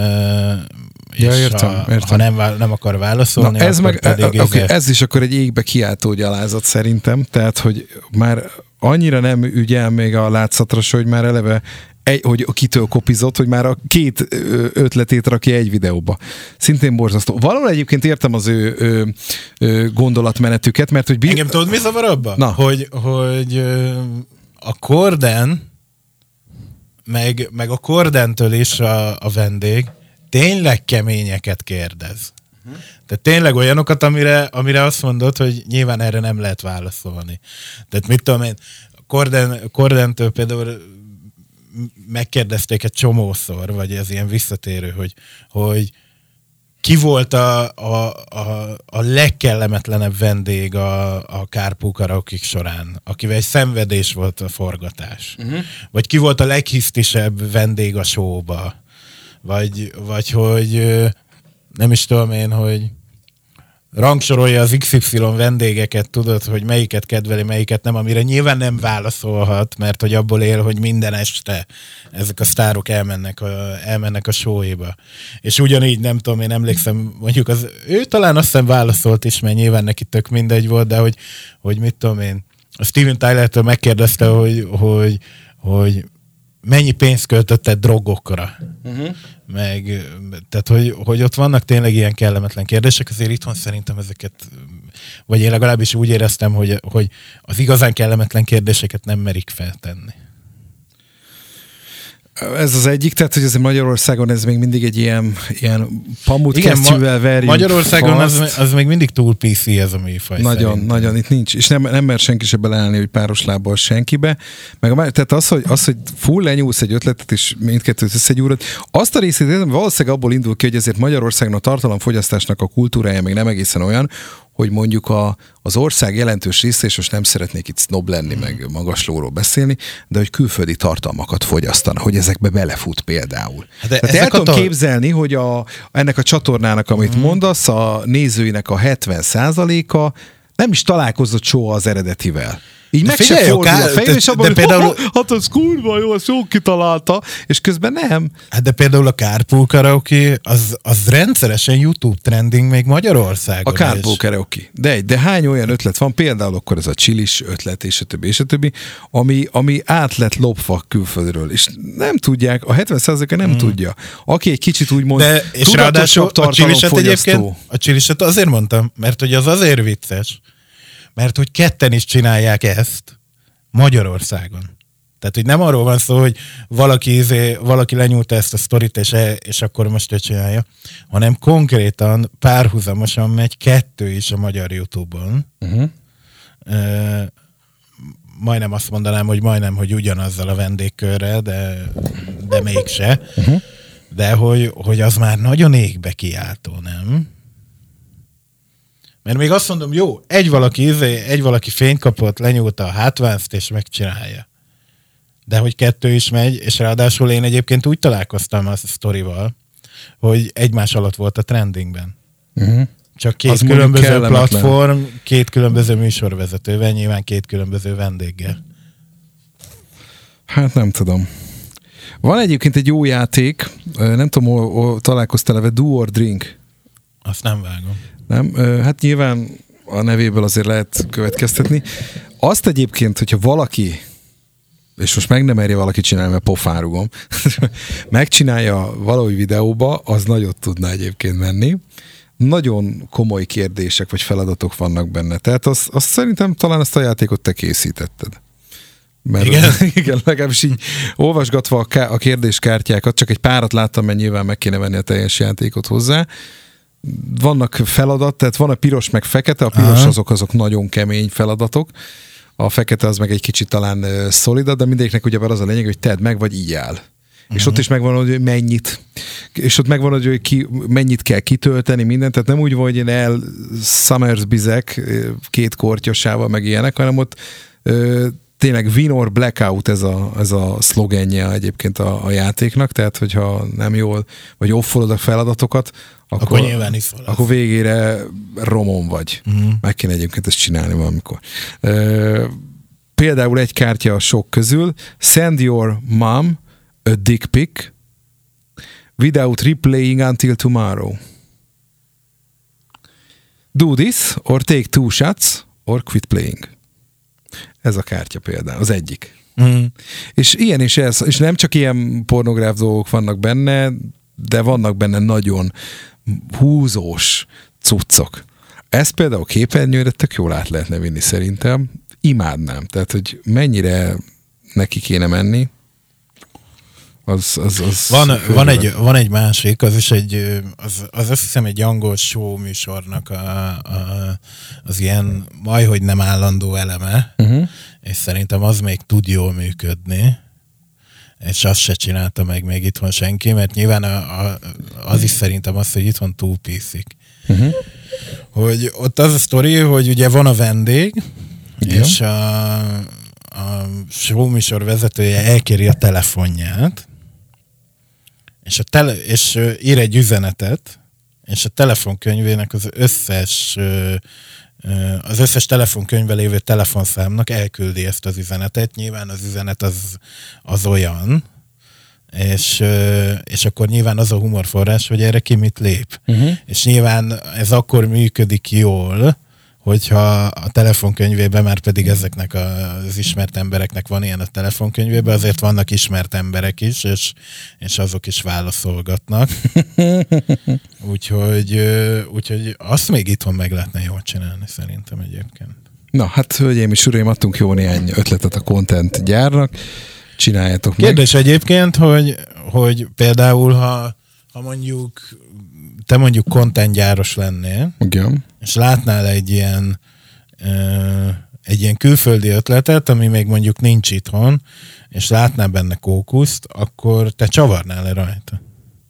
és ja, értem, ha, értem. ha nem, nem akar válaszolni, na, ez, meg, pedig okay, ez is akkor egy égbe kiáltó gyalázat szerintem, tehát, hogy már annyira nem ügyel még a látszatra, hogy már eleve egy, hogy kitől kopizott, hogy már a két ötletét rakja egy videóba. Szintén borzasztó. Valahol egyébként értem az ő, ő, ő gondolatmenetüket, mert hogy... Bí- Engem tudod, mi zavar abban? Na. Hogy, hogy a Corden meg, meg a Cordentől is a, a vendég tényleg keményeket kérdez. Uh-huh. Tehát tényleg olyanokat, amire, amire azt mondod, hogy nyilván erre nem lehet válaszolni. Tehát mit tudom én, Corden, Cordentől például megkérdezték egy csomószor, vagy ez ilyen visszatérő, hogy, hogy ki volt a, a, a, a legkellemetlenebb vendég a, a Kárpú karaokik során, akivel egy szenvedés volt a forgatás. Uh-huh. Vagy ki volt a leghisztisebb vendég a showba. Vagy, vagy hogy nem is tudom én, hogy rangsorolja az iksz ipszilon vendégeket, tudod, hogy melyiket kedveli, melyiket nem, amire nyilván nem válaszolhat, mert hogy abból él, hogy minden este ezek a sztárok elmennek a, elmennek a showéba. És ugyanígy, nem tudom, én emlékszem, mondjuk az, ő talán azt hiszem válaszolt is, mert nyilván neki tök mindegy volt, de hogy, hogy mit tudom én, a Steven Tylertől megkérdezte, hogy, hogy, hogy mennyi pénzt költötted drogokra. Uh-huh. Meg, tehát, hogy, hogy ott vannak tényleg ilyen kellemetlen kérdések, azért itthon szerintem ezeket, vagy én legalábbis úgy éreztem, hogy, hogy az igazán kellemetlen kérdéseket nem merik feltenni. Ez az egyik, tehát, hogy azért Magyarországon ez még mindig egy ilyen, ilyen pamutkesztyűvel verjünk. Magyarországon az, az még mindig túl pé cé ez a műfaj. Nagyon, szerintem. nagyon, itt nincs. És nem, nem mer senki se beleállni, hogy páros lábbal senkibe. Meg a, tehát az, hogy, az, hogy full lenyúlsz egy ötletet, és mindkettőt összegyúrod, azt a részét valószínűleg abból indul ki, hogy azért Magyarországon a tartalomfogyasztásnak a kultúrája még nem egészen olyan, hogy mondjuk a, az ország jelentős része, és most nem szeretnék itt snob lenni, hmm. meg magaslóról beszélni, de hogy külföldi tartalmakat fogyasztanak, hogy ezekbe belefut például. De Tehát el tudom tar- képzelni, hogy a, ennek a csatornának, amit hmm. mondasz, a nézőinek a hetven százaléka nem is találkozott soha az eredetivel. Így de meg se fordul a fején, és abban, hogy például... hát az kurva jó, azt jó kitalálta, és közben nem. Hát de például a Carpool Karaoke, az, az rendszeresen YouTube trending még Magyarországon. A Carpool Karaoke. De, de hány olyan ötlet van, például akkor ez a csilis ötlet, és a többi, és a többi, ami, ami át lett lopva külföldről, és nem tudják, a hetven százaléka nem hmm. tudja. Aki egy kicsit úgy mond, de, és ráadásul a csiliset egyébként, a csiliset azért mondtam, mert hogy az azért vicces, mert hogy ketten is csinálják ezt Magyarországon. Tehát, hogy nem arról van szó, hogy valaki, izé, valaki lenyúlta ezt a sztorit, és, és akkor most ő csinálja, hanem konkrétan párhuzamosan megy kettő is a magyar YouTube-on. Uh-huh. E, majdnem azt mondanám, hogy majdnem, hogy ugyanazzal a vendégkörrel, de, de mégse. Uh-huh. De hogy, hogy az már nagyon égbe kiáltó, nem? Mert még azt mondom, jó, egy valaki, egy valaki fényt kapott, lenyúlta a hátvánzt, és megcsinálja. De hogy kettő is megy, és ráadásul én egyébként úgy találkoztam a sztorival, hogy egymás alatt volt a trendingben. Uh-huh. Csak két az különböző platform, két különböző műsorvezetővel, nyilván két különböző vendéggel. Hát nem tudom. Van egyébként egy jó játék, nem tudom, hol, hol találkoztál-e, Do or Drink. Azt nem vágom. Nem? Hát nyilván a nevéből azért lehet következtetni. Azt egyébként, hogyha valaki, és most meg nem merje valaki csinálni, mert pofán rugom, megcsinálja valahogy videóba, az nagyot tudna egyébként menni. Nagyon komoly kérdések vagy feladatok vannak benne. Tehát azt, azt szerintem talán ezt a játékot te készítetted. Mert igen? Igen, legalábbis így olvasgatva a, ká- a kérdéskártyákat, csak egy párat láttam, mert nyilván meg kéne venni a teljes játékot hozzá. Vannak feladat, tehát van a piros meg fekete, a piros azok, azok nagyon kemény feladatok, a fekete az meg egy kicsit talán uh, szolida, de mindegyiknek ugyebár az a lényeg, hogy tedd meg, vagy így áll. Uh-huh. És ott is megvan, hogy mennyit, és ott megvan, hogy ki, mennyit kell kitölteni, mindent, tehát nem úgy van, hogy én el Summersbizek két kortyosával, meg ilyenek, hanem ott Tényleg win or blackout ez a, ez a szlogenje egyébként a, a játéknak, tehát hogyha nem jól, vagy offolod a feladatokat, akkor, akkor nyilván is akkor végére romon vagy. Uh-huh. Meg kéne egyébként ezt csinálni valamikor. Uh, például egy kártya a sok közül, send your mom a dick pic without replaying until tomorrow. Do this, or take two shots, or quit playing. Ez a kártya például, az egyik. Mm. És ilyen is ez, és nem csak ilyen pornográf dolgok vannak benne, de vannak benne nagyon húzós cuccok. Ezt például képernyőre tök jól át lehetne vinni szerintem. Imádnám. Tehát, hogy mennyire neki kéne menni. Az, az, az van, van, egy, van egy másik, az is egy, az, az azt hiszem egy angol show műsornak a, a, az ilyen majdhogy nem állandó eleme, uh-huh. és szerintem az még tud jól működni, és azt se csinálta meg még itthon senki, mert nyilván a, a, az is szerintem az, hogy itthon túlpíszik. Uh-huh. Hogy ott az a sztori, hogy ugye van a vendég, igen. és a, a show műsor vezetője elkéri a telefonját, és, a tele, és ír egy üzenetet, és a telefonkönyvének az összes az összes telefonkönyvben lévő telefonszámnak elküldi ezt az üzenetet. Nyilván az üzenet az, az olyan, és, és akkor nyilván az a humorforrás, hogy erre ki mit lép. Uh-huh. És nyilván ez akkor működik jól, hogyha a telefonkönyvében, már pedig ezeknek az ismert embereknek van ilyen a telefonkönyvében, azért vannak ismert emberek is, és, és azok is válaszolgatnak. úgyhogy, úgyhogy azt még itthon meg lehetne jól csinálni szerintem egyébként. Na, hát hölgyeim és uraim, adtunk jó néhány ötletet a content gyárnak. Csináljátok meg. Kérdés egyébként, hogy, hogy például, ha, ha mondjuk te mondjuk contentgyáros lennél, igen. és látnál egy ilyen, ö, egy ilyen külföldi ötletet, ami még mondjuk nincs itthon, és látnál benne kókuszt, akkor te csavarnál-e rajta?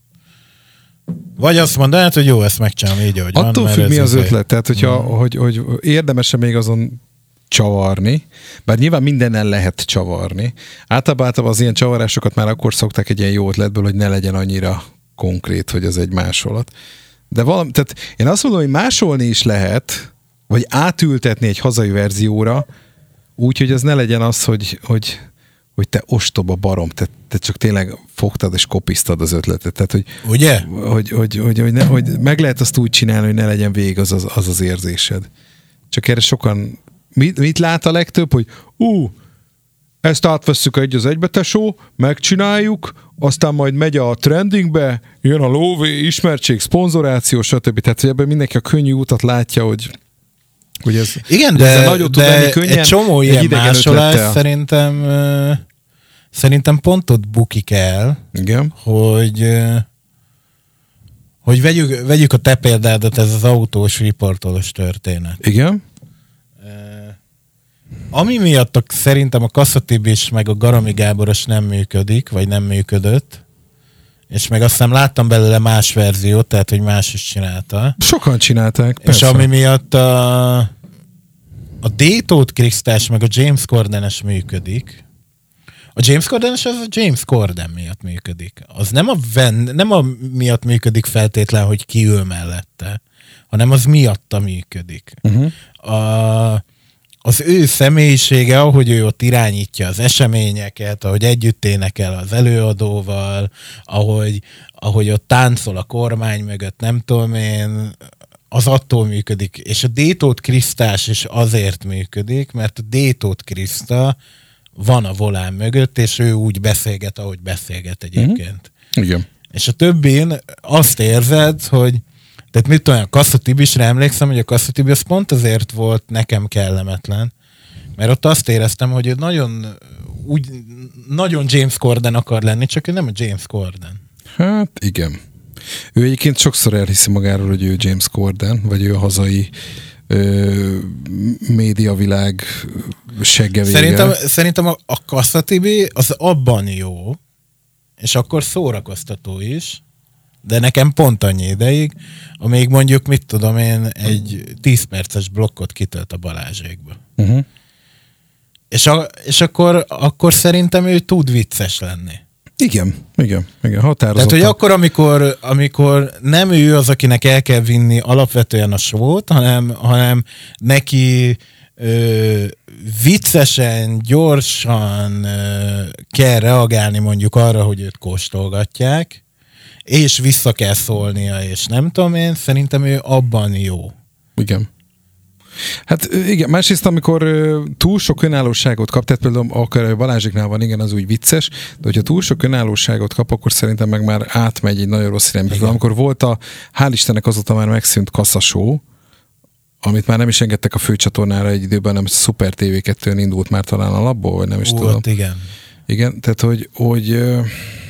Vagy azt mondanád, hogy jó, ezt megcsinálom így, ahogy attól van. Attól függ, mi az ötlet. Tehát, hogyha, mm. hogy, hogy érdemese még azon csavarni, bár nyilván mindennel lehet csavarni. Általában, általában az ilyen csavarásokat már akkor szokták egy ilyen jó ötletből, hogy ne legyen annyira konkrét, hogy az egy másolat. De valami, tehát én azt mondom, hogy másolni is lehet, vagy átültetni egy hazai verzióra, úgy, hogy ez ne legyen az, hogy, hogy, hogy te ostoba barom, te, te csak tényleg fogtad és kopisztad az ötletet. Tehát, hogy, ugye? Hogy, hogy, hogy, hogy, ne, hogy meg lehet azt úgy csinálni, hogy ne legyen végig az az, az, az érzésed. Csak erre sokan mit, mit lát a legtöbb, hogy ú, ezt átvesszük egy az egybe, tesó, megcsináljuk, aztán majd megy a trendingbe, jön a lóvé, ismertség, szponzoráció, stb. Tehát, hogy ebben mindenki a könnyű utat látja, hogy, hogy ez, igen, de, nagyot de tud lenni könnyen, egy csomó ilyen másolás szerintem, uh, szerintem pont ott bukik el, igen. hogy, uh, hogy vegyük, vegyük a te példádat, ez az autós riportolós történet. Igen. Ami miatt szerintem a Kasszatibis meg a Garami Gáboros nem működik, vagy nem működött, és meg azt hiszem láttam belőle más verziót, tehát hogy más is csinálta. Sokan csinálták, persze. És ami miatt a, a D-Tóth Krisztás meg a James Cordenes működik. A James Cordenes az a James Corden miatt működik. Az nem a, ven, nem a miatt működik feltétlen, hogy ki ül mellette, hanem az miatta működik. Uh-huh. A az ő személyisége, ahogy ő ott irányítja az eseményeket, ahogy együtt énekel az előadóval, ahogy, ahogy ott táncol a kormány mögött, nem tudom én, az attól működik. És a D-Tóth Krisztás is azért működik, mert a D-Tóth Kriszta van a volán mögött, és ő úgy beszélget, ahogy beszélget egyébként. Mm-hmm. Igen. És a többin azt érzed, hogy tehát mit tudom, a Kasszatibisre emlékszem, hogy a Kasszatibi az pont azért volt nekem kellemetlen, mert ott azt éreztem, hogy ő nagyon, úgy, nagyon James Corden akar lenni, csak ő nem a James Corden. Hát igen. Ő egyébként sokszor elhiszi magáról, hogy ő James Corden, vagy ő a hazai ö, médiavilág seggevége. Szerintem, szerintem a, a Kasszatibi az abban jó, és akkor szórakoztató is, de nekem pont annyi ideig, amíg mondjuk, mit tudom én, egy tíz perces blokkot kitölt a Balázsékba. Uh-huh. És, a, és akkor, akkor szerintem ő tud vicces lenni. Igen, igen, igen, határozottan. Tehát, hogy akkor, amikor, amikor nem ő az, akinek el kell vinni alapvetően a sót, hanem, hanem neki ö, viccesen, gyorsan ö, kell reagálni mondjuk arra, hogy őt kóstolgatják, és vissza kell szólnia, és nem tudom én, szerintem ő abban jó. Igen. Hát igen, másrészt amikor uh, túl sok önállóságot kap, tehát például akár Balázsiknál van, igen, az úgy vicces, de hogyha túl sok önállóságot kap, akkor szerintem meg már átmegy egy nagyon rossz irányba. Amikor volt a, hál' Istennek azóta már megszűnt Kaszasó, amit már nem is engedtek a főcsatornára egy időben, nem Szuper té vé kettőn indult már talán alapból, vagy nem is Volt, tudom. igen. Igen, tehát hogy, hogy uh,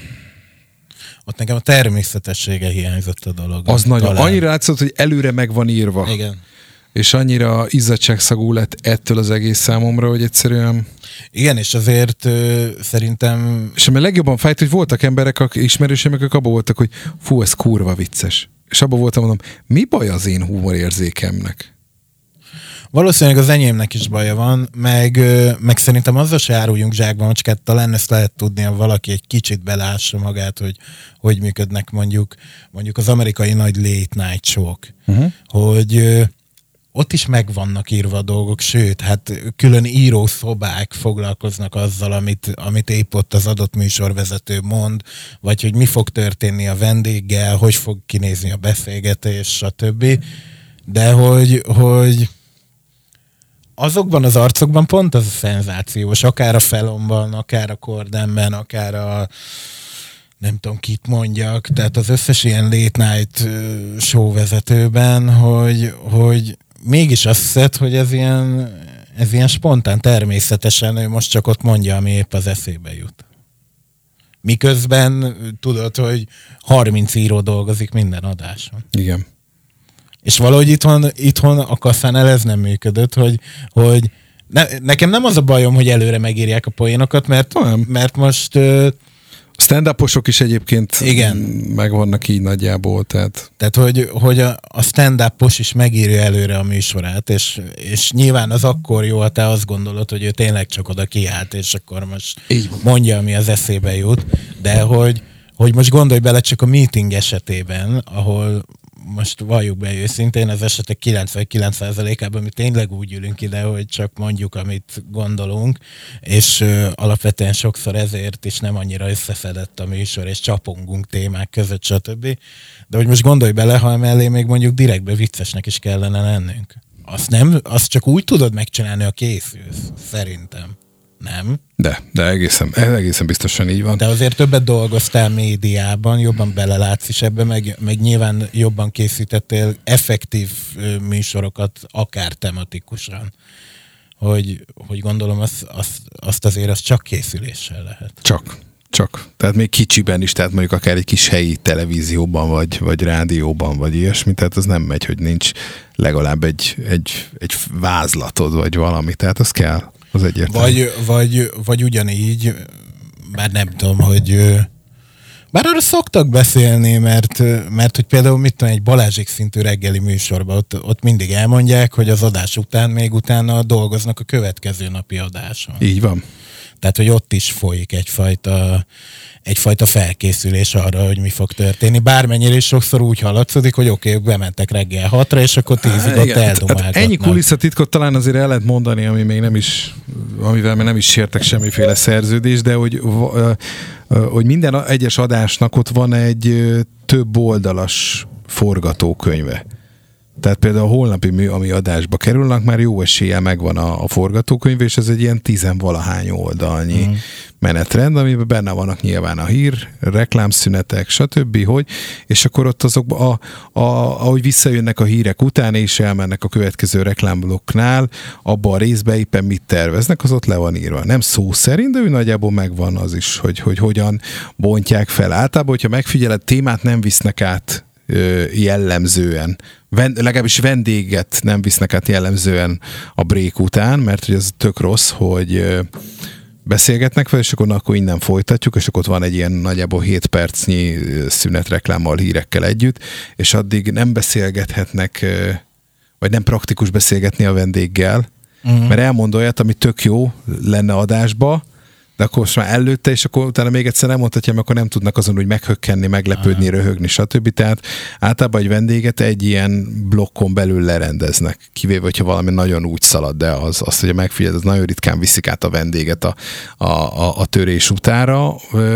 ott nekem a természetessége hiányzott a dolog. Az nagyon, annyira látszott, hogy előre meg van írva. Igen. És annyira izzadságszagú lett ettől az egész számomra, hogy egyszerűen... Igen, és azért ö, szerintem... És ami legjobban fájt, hogy voltak emberek, akik ismerőseim, akik abban voltak, hogy fú, ez kurva vicces. És abban voltam, mondom, mi baj az én humorérzékemnek? Valószínűleg az enyémnek is baja van, meg, ö, meg szerintem azzal se áruljunk zsákba macskát, talán ezt lehet tudni, ha valaki egy kicsit belássa magát, hogy hogy működnek mondjuk, mondjuk az amerikai nagy late night show-k. Uh-huh. Hogy... Ö, ott is meg vannak írva a dolgok, sőt, hát külön írószobák foglalkoznak azzal, amit, amit épp ott az adott műsorvezető mond, vagy hogy mi fog történni a vendéggel, hogy fog kinézni a beszélgetés, stb. De hogy, hogy azokban az arcokban pont az a szenzációs, akár a Fallonban, akár a Cordenben, akár a nem tudom, kit mondjak, tehát az összes ilyen late night show vezetőben, hogy, hogy mégis azt hiszed, hogy ez ilyen, ez ilyen spontán, természetesen ő most csak ott mondja, ami épp az eszébe jut. Miközben tudod, hogy harminc író dolgozik minden adáson. Igen. És valahogy itthon, itthon a Kasszánál ez nem működött, hogy, hogy ne, nekem nem az a bajom, hogy előre megírják a poénokat, mert, mert most... Stand-uposok is egyébként igen. megvannak így nagyjából, tehát... Tehát, hogy, hogy a, a stand-upos is megírja előre a műsorát, és, és nyilván az akkor jó, ha te azt gondolod, hogy ő tényleg csak oda kiállt, és akkor most így mondja, ami az eszébe jut, de hogy, hogy most gondolj bele csak a meeting esetében, ahol most valljuk be őszintén, az esetek kilencvenkilenc százalékában mi tényleg úgy ülünk ide, hogy csak mondjuk, amit gondolunk, és ö, alapvetően sokszor ezért is nem annyira összeszedett a műsor, és csapongunk témák között, stb. De hogy most gondolj bele, ha mellé még mondjuk direktbe viccesnek is kellene lennünk. Azt nem, azt csak úgy tudod megcsinálni, ha készülsz, szerintem. Nem? De, de egészen, egészen biztosan így van. De azért többet dolgoztál médiában, jobban belelátsz is ebbe, meg, meg nyilván jobban készítettél effektív műsorokat, akár tematikusan. Hogy, hogy gondolom, azt, azt, azt azért az csak készüléssel lehet. Csak. Csak. Tehát még kicsiben is, tehát mondjuk akár egy kis helyi televízióban, vagy, vagy rádióban, vagy ilyesmi, tehát az nem megy, hogy nincs legalább egy, egy, egy vázlatod, vagy valami, tehát az kell. Az egyértelmű. Vagy, vagy, vagy ugyanígy, bár nem tudom, hogy bár arra szoktak beszélni, mert, mert hogy például mit tudom, egy Balázsék szintű reggeli műsorban, ott, ott mindig elmondják, hogy az adás után még utána dolgoznak a következő napi adáson. Így van. Tehát, hogy ott is folyik egyfajta, egyfajta felkészülés arra, hogy mi fog történni. Bármennyire is sokszor úgy hallatszódik, hogy oké, okay, bementek reggel hatra, és akkor tízig ott eldomálgatnak. Hát ennyi kulisszatitkot talán azért el lehet mondani, ami még nem is, amivel még nem is sértek semmiféle szerződés, de hogy, hogy minden egyes adásnak ott van egy több oldalas forgatókönyve. Tehát például a holnapi mű, ami adásba kerülnek, már jó eséllyel megvan a, a forgatókönyv, és ez egy ilyen tizenvalahány oldalnyi mm. menetrend, amiben benne vannak nyilván a hír, reklámszünetek, stb. Hogy, és akkor ott azok, a, a, ahogy visszajönnek a hírek után, és elmennek a következő reklámblokknál, abban a részben éppen mit terveznek, az ott le van írva. Nem szó szerint, de ő nagyjából megvan az is, hogy, hogy hogyan bontják fel. Általában, hogyha megfigyeled, témát nem visznek át jellemzően. Vend, legalábbis vendéget nem visznek át jellemzően a break után, mert hogy ez tök rossz, hogy beszélgetnek fel, és akkor, akkor innen folytatjuk, és akkor ott van egy ilyen nagyjából hét percnyi szünetreklámmal, hírekkel együtt, és addig nem beszélgethetnek, vagy nem praktikus beszélgetni a vendéggel, Uh-huh. Mert elmond olyat, ami tök jó lenne adásba, de akkor most már előtte, és akkor utána még egyszer elmondhatja, mert akkor nem tudnak azon úgy meghökkenni, meglepődni, Aha. röhögni, stb. Tehát általában egy vendéget egy ilyen blokkon belül lerendeznek. Kivéve, hogyha valami nagyon úgy szalad, de az, azt, hogy megfigyeld, az nagyon ritkán viszik át a vendéget a, a, a, a törés utára.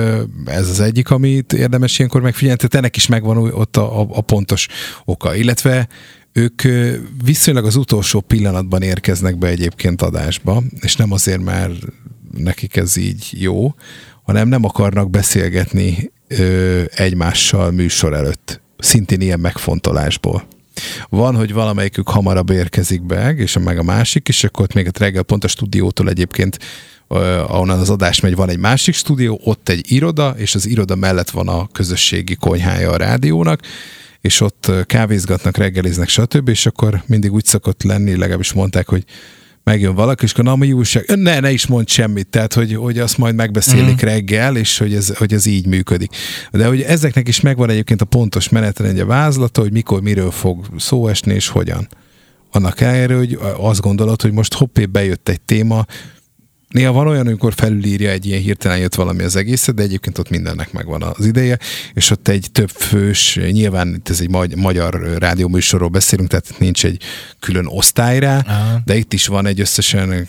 Ez az egyik, amit érdemes ilyenkor megfigyelni. Tehát ennek is megvan ott a, a, a pontos oka. Illetve ők viszonylag az utolsó pillanatban érkeznek be egyébként adásba, és nem azért, mert nekik ez így jó, hanem nem akarnak beszélgetni ö, egymással műsor előtt. Szintén ilyen megfontolásból. Van, hogy valamelyikük hamarabb érkezik be, és meg a másik, és akkor ott még a reggel pont a stúdiótól egyébként, ö, ahonnan az adás megy, van egy másik stúdió, ott egy iroda, és az iroda mellett van a közösségi konyhája a rádiónak, és ott kávézgatnak, reggeliznek, stb., és akkor mindig úgy szokott lenni, legalábbis mondták, hogy megjön valaki, és akkor na, mi újság? Ne, ne is mondj semmit, tehát, hogy, hogy azt majd megbeszélik mm. reggel, és hogy ez, hogy ez így működik. De hogy ezeknek is megvan egyébként a pontos menetrendje, vázlata, hogy mikor, miről fog szó esni, és hogyan. Annak ellenére, hogy azt gondolod, hogy most hoppé, bejött egy téma, néha van olyan, amikor felülírja egy ilyen hirtelen jött valami az egészet, de egyébként ott mindennek megvan az ideje, és ott egy több fős, nyilván itt ez egy magy- magyar rádióműsorról beszélünk, tehát nincs egy külön osztály rá, Aha. de itt is van egy összesen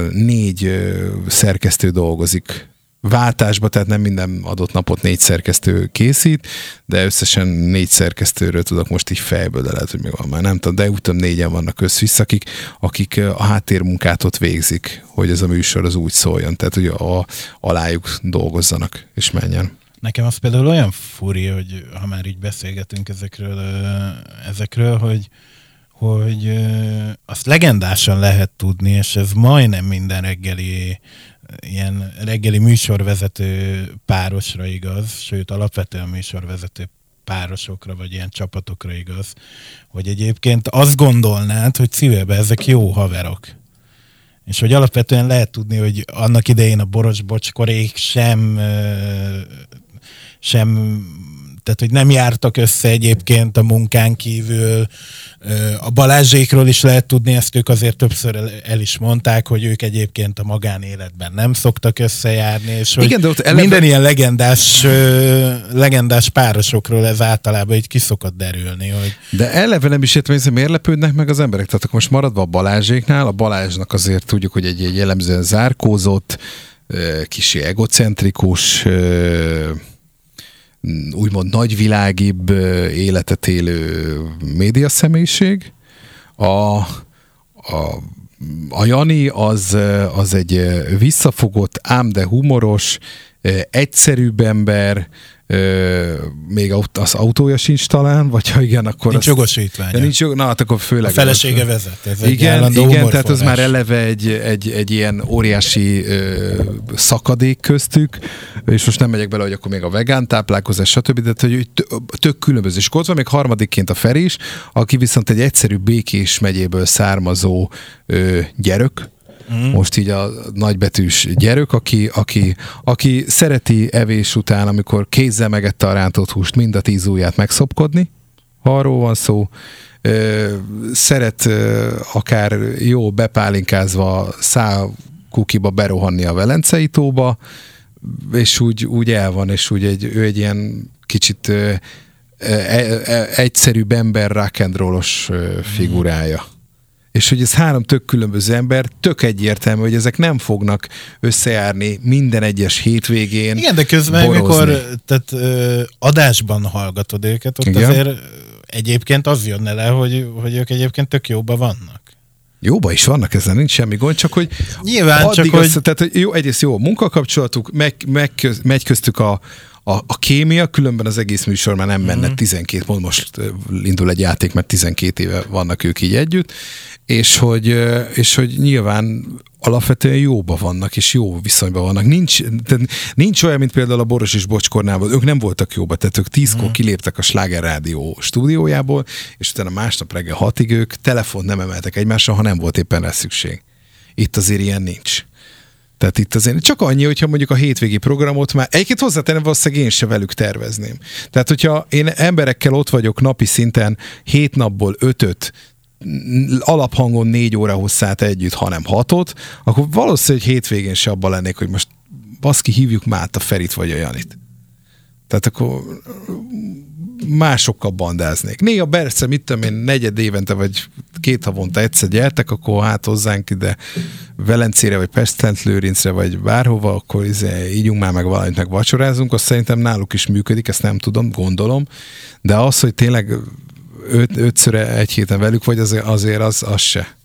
négy szerkesztő dolgozik váltásba, tehát nem minden adott napot négy szerkesztő készít, de összesen négy szerkesztőről tudok most így fejből, de lehet, hogy még van már, nem tudom, de úgy tudom, négyen vannak összvisz, akik, akik a háttérmunkát ott végzik, hogy ez a műsor az úgy szóljon, tehát hogy a, alájuk dolgozzanak és menjen. Nekem az például olyan furi, hogy ha már így beszélgetünk ezekről, ezekről hogy, hogy azt legendásan lehet tudni, és ez majdnem minden reggeli ilyen reggeli műsorvezető párosra igaz, sőt alapvetően műsorvezető párosokra, vagy ilyen csapatokra igaz, hogy egyébként azt gondolnád, hogy szívében ezek jó haverok. És hogy alapvetően lehet tudni, hogy annak idején a Boros Bocskorék sem sem, tehát hogy nem jártak össze egyébként a munkán kívül. A Balázsékról is lehet tudni, ezt ők azért többször el is mondták, hogy ők egyébként a magánéletben nem szoktak összejárni, és hogy igen, de ott eleve... minden ilyen legendás, legendás párosokról ez általában így ki szokott derülni. Hogy... De eleve nem is értem, hogy miért lepődnek meg az emberek. Tehát akkor most maradva a Balázséknál, a Balázsnak azért tudjuk, hogy egy, egy jellemzően zárkózott, kicsi egocentrikus, úgymond nagyvilágibb életet élő médiaszemélyiség. A, a, a Jani az, az egy visszafogott, ám de humoros, egyszerűbb ember, még az autója sincs talán, vagy ha igen, akkor... Nincs jogosítványa. Nincs jog, na, hát akkor főleg... A felesége vezet. Ez igen, igen, tehát az már eleve egy, egy, egy ilyen óriási ö, szakadék köztük, és most nem megyek bele, hogy akkor még a vegán táplálkozás, stb. De hogy tök különböző. És ott van még harmadikként a Feri is, aki viszont egy egyszerű Békés megyéből származó ö, gyerök, Mm. most így a nagybetűs gyerek, aki, aki, aki szereti evés után, amikor kézzel megette a rántott húst, mind a tíz ujját megszopkodni, ha arról van szó, ö, szeret ö, akár jó bepálinkázva szál kukiba berohanni a Velencei tóba, és úgy, úgy el van, és úgy egy, ő egy ilyen kicsit ö, ö, ö, egyszerűbb ember, rock and rollos ö, figurája. Mm. És hogy ez három tök különböző ember, tök egyértelmű, hogy ezek nem fognak összejárni minden egyes hétvégén. Igen, de közben, amikor tehát, ö, adásban hallgatod őket, ott igen. Azért egyébként az jönne le, hogy, hogy ők egyébként tök jóban vannak. Jóba is vannak, ezzel nincs semmi gond, csak hogy nyilván csak, az, hogy... Tehát jó, egyrészt jó a munkakapcsolatuk, meg, meg, megy köztük a A, a kémia, különben az egész műsor már nem menne mm. tizenkét, pont most indul egy játék, mert tizenkét éve vannak ők így együtt, és hogy, és hogy nyilván alapvetően jóba vannak, és jó viszonyban vannak. Nincs, tehát nincs olyan, mint például a Boros és Bocskornával, ők nem voltak jóba, tehát ők tízkor mm. kiléptek a Sláger Rádió stúdiójából, és utána másnap reggel hatig ők telefont nem emeltek egymásra, ha nem volt éppen rá szükség. Itt azért ilyen nincs. Tehát itt azért csak annyi, hogyha mondjuk a hétvégi programot már, egyébként hozzátenem, valószínűleg én se velük tervezném. Tehát, hogyha én emberekkel ott vagyok napi szinten hét napból ötöt, alaphangon négy óra hosszát együtt, hanem hatot, akkor valószínűleg hétvégén se abban lennék, hogy most baszki, hívjuk már a Ferit vagy a Janit. Tehát akkor másokkal bandáznék. Néha persze, mit tudom én, negyed évente, vagy két havonta egyszer gyertek, akkor hát hozzánk ide Velencére, vagy Pest-Szent-Lőrincre, vagy bárhova, akkor izé, ígyunk már meg valamit, meg vacsorázunk, azt szerintem náluk is működik, ezt nem tudom, gondolom, de az, hogy tényleg öt, ötször egy héten velük vagy, azért, azért az, az se.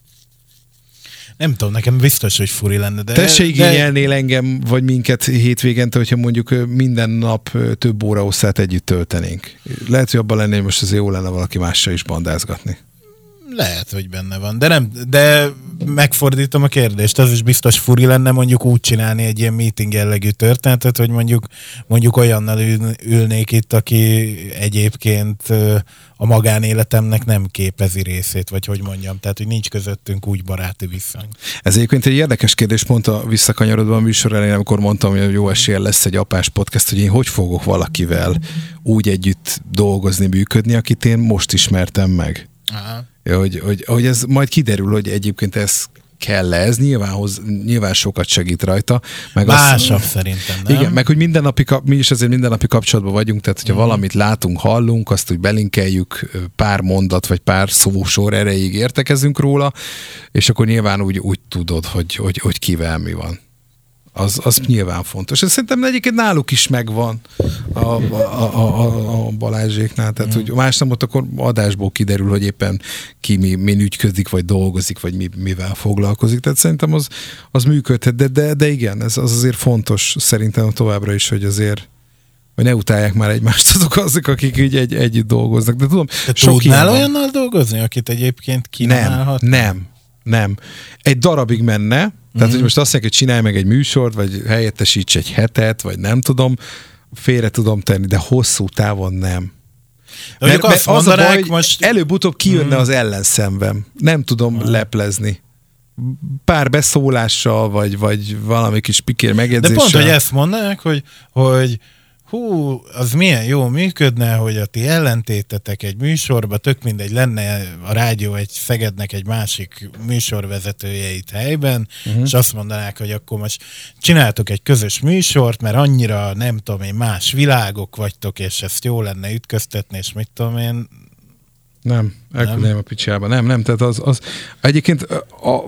Nem tudom, nekem biztos, hogy furi lenne, de... Te se igényelnél de... engem, vagy minket hétvégente, hogyha mondjuk minden nap több óra hosszát együtt töltenénk. Lehet, hogy abban lennél, hogy most azért jó lenne valaki mással is bandázgatni. Lehet, hogy benne van, de nem, de megfordítom a kérdést, az is biztos furi lenne mondjuk úgy csinálni egy ilyen meeting jellegű történetet, hogy mondjuk, mondjuk olyannal ül, ülnék itt, aki egyébként a magánéletemnek nem képezi részét, vagy hogy mondjam, tehát hogy nincs közöttünk úgy baráti viszony. Ez egyébként egy érdekes kérdés, pont a visszakanyarodva a műsor elején, amikor mondtam, hogy jó eséllyel lesz egy apás podcast, hogy én hogy fogok valakivel úgy együtt dolgozni, működni, akit én most ismertem meg. Aha. Hogy, hogy, hogy ez majd kiderül, hogy egyébként ez kell ez, nyilván, hoz, nyilván sokat segít rajta. Meg másabb szerintem, nem? Igen, meg hogy mindennapi, mi is azért mindennapi kapcsolatban vagyunk, tehát hogyha mm. valamit látunk, hallunk, azt úgy belinkeljük, pár mondat, vagy pár szósor erejéig értekezünk róla, és akkor nyilván úgy, úgy tudod, hogy, hogy, hogy kivel mi van. Az, az nyilván fontos. Ez szerintem egyébként náluk is megvan a, a, a, a Balázséknál. Tehát, hogy másnap ott akkor adásból kiderül, hogy éppen ki mi, min ügyködik, vagy dolgozik, vagy mi, mivel foglalkozik. Tehát szerintem az, az működhet. De, de, de igen, ez az azért fontos szerintem továbbra is, hogy azért hogy ne utálják már egymást azok azok, akik így egy, együtt dolgoznak. De tudom, te tudnál olyannal dolgozni, akit egyébként kínálhat? Nem, nem, nem. Egy darabig menne. Tehát, mm-hmm. hogy most azt mondják, hogy csinálj meg egy műsort, vagy helyettesíts egy hetet, vagy nem tudom, félre tudom tenni, de hosszú távon nem. De mert, mert az a baj, hogy most... előbb-utóbb kijönne mm. az ellenszemvem. Nem tudom mm. leplezni. Pár beszólással, vagy, vagy valami kis pikér megjegyzéssel. De pont, hogy ezt mondanák, hogy, hogy hú, az milyen jó működne, hogy a ti ellentétetek egy műsorba, tök mindegy, lenne a rádió egy Szegednek egy másik műsorvezetője itt helyben, uh-huh. és azt mondanák, hogy akkor most csináltok egy közös műsort, mert annyira, nem tudom én, más világok vagytok, és ezt jó lenne ütköztetni, és mit tudom én. Nem, elküldeném a picsába. Nem, nem, tehát az, az egyébként a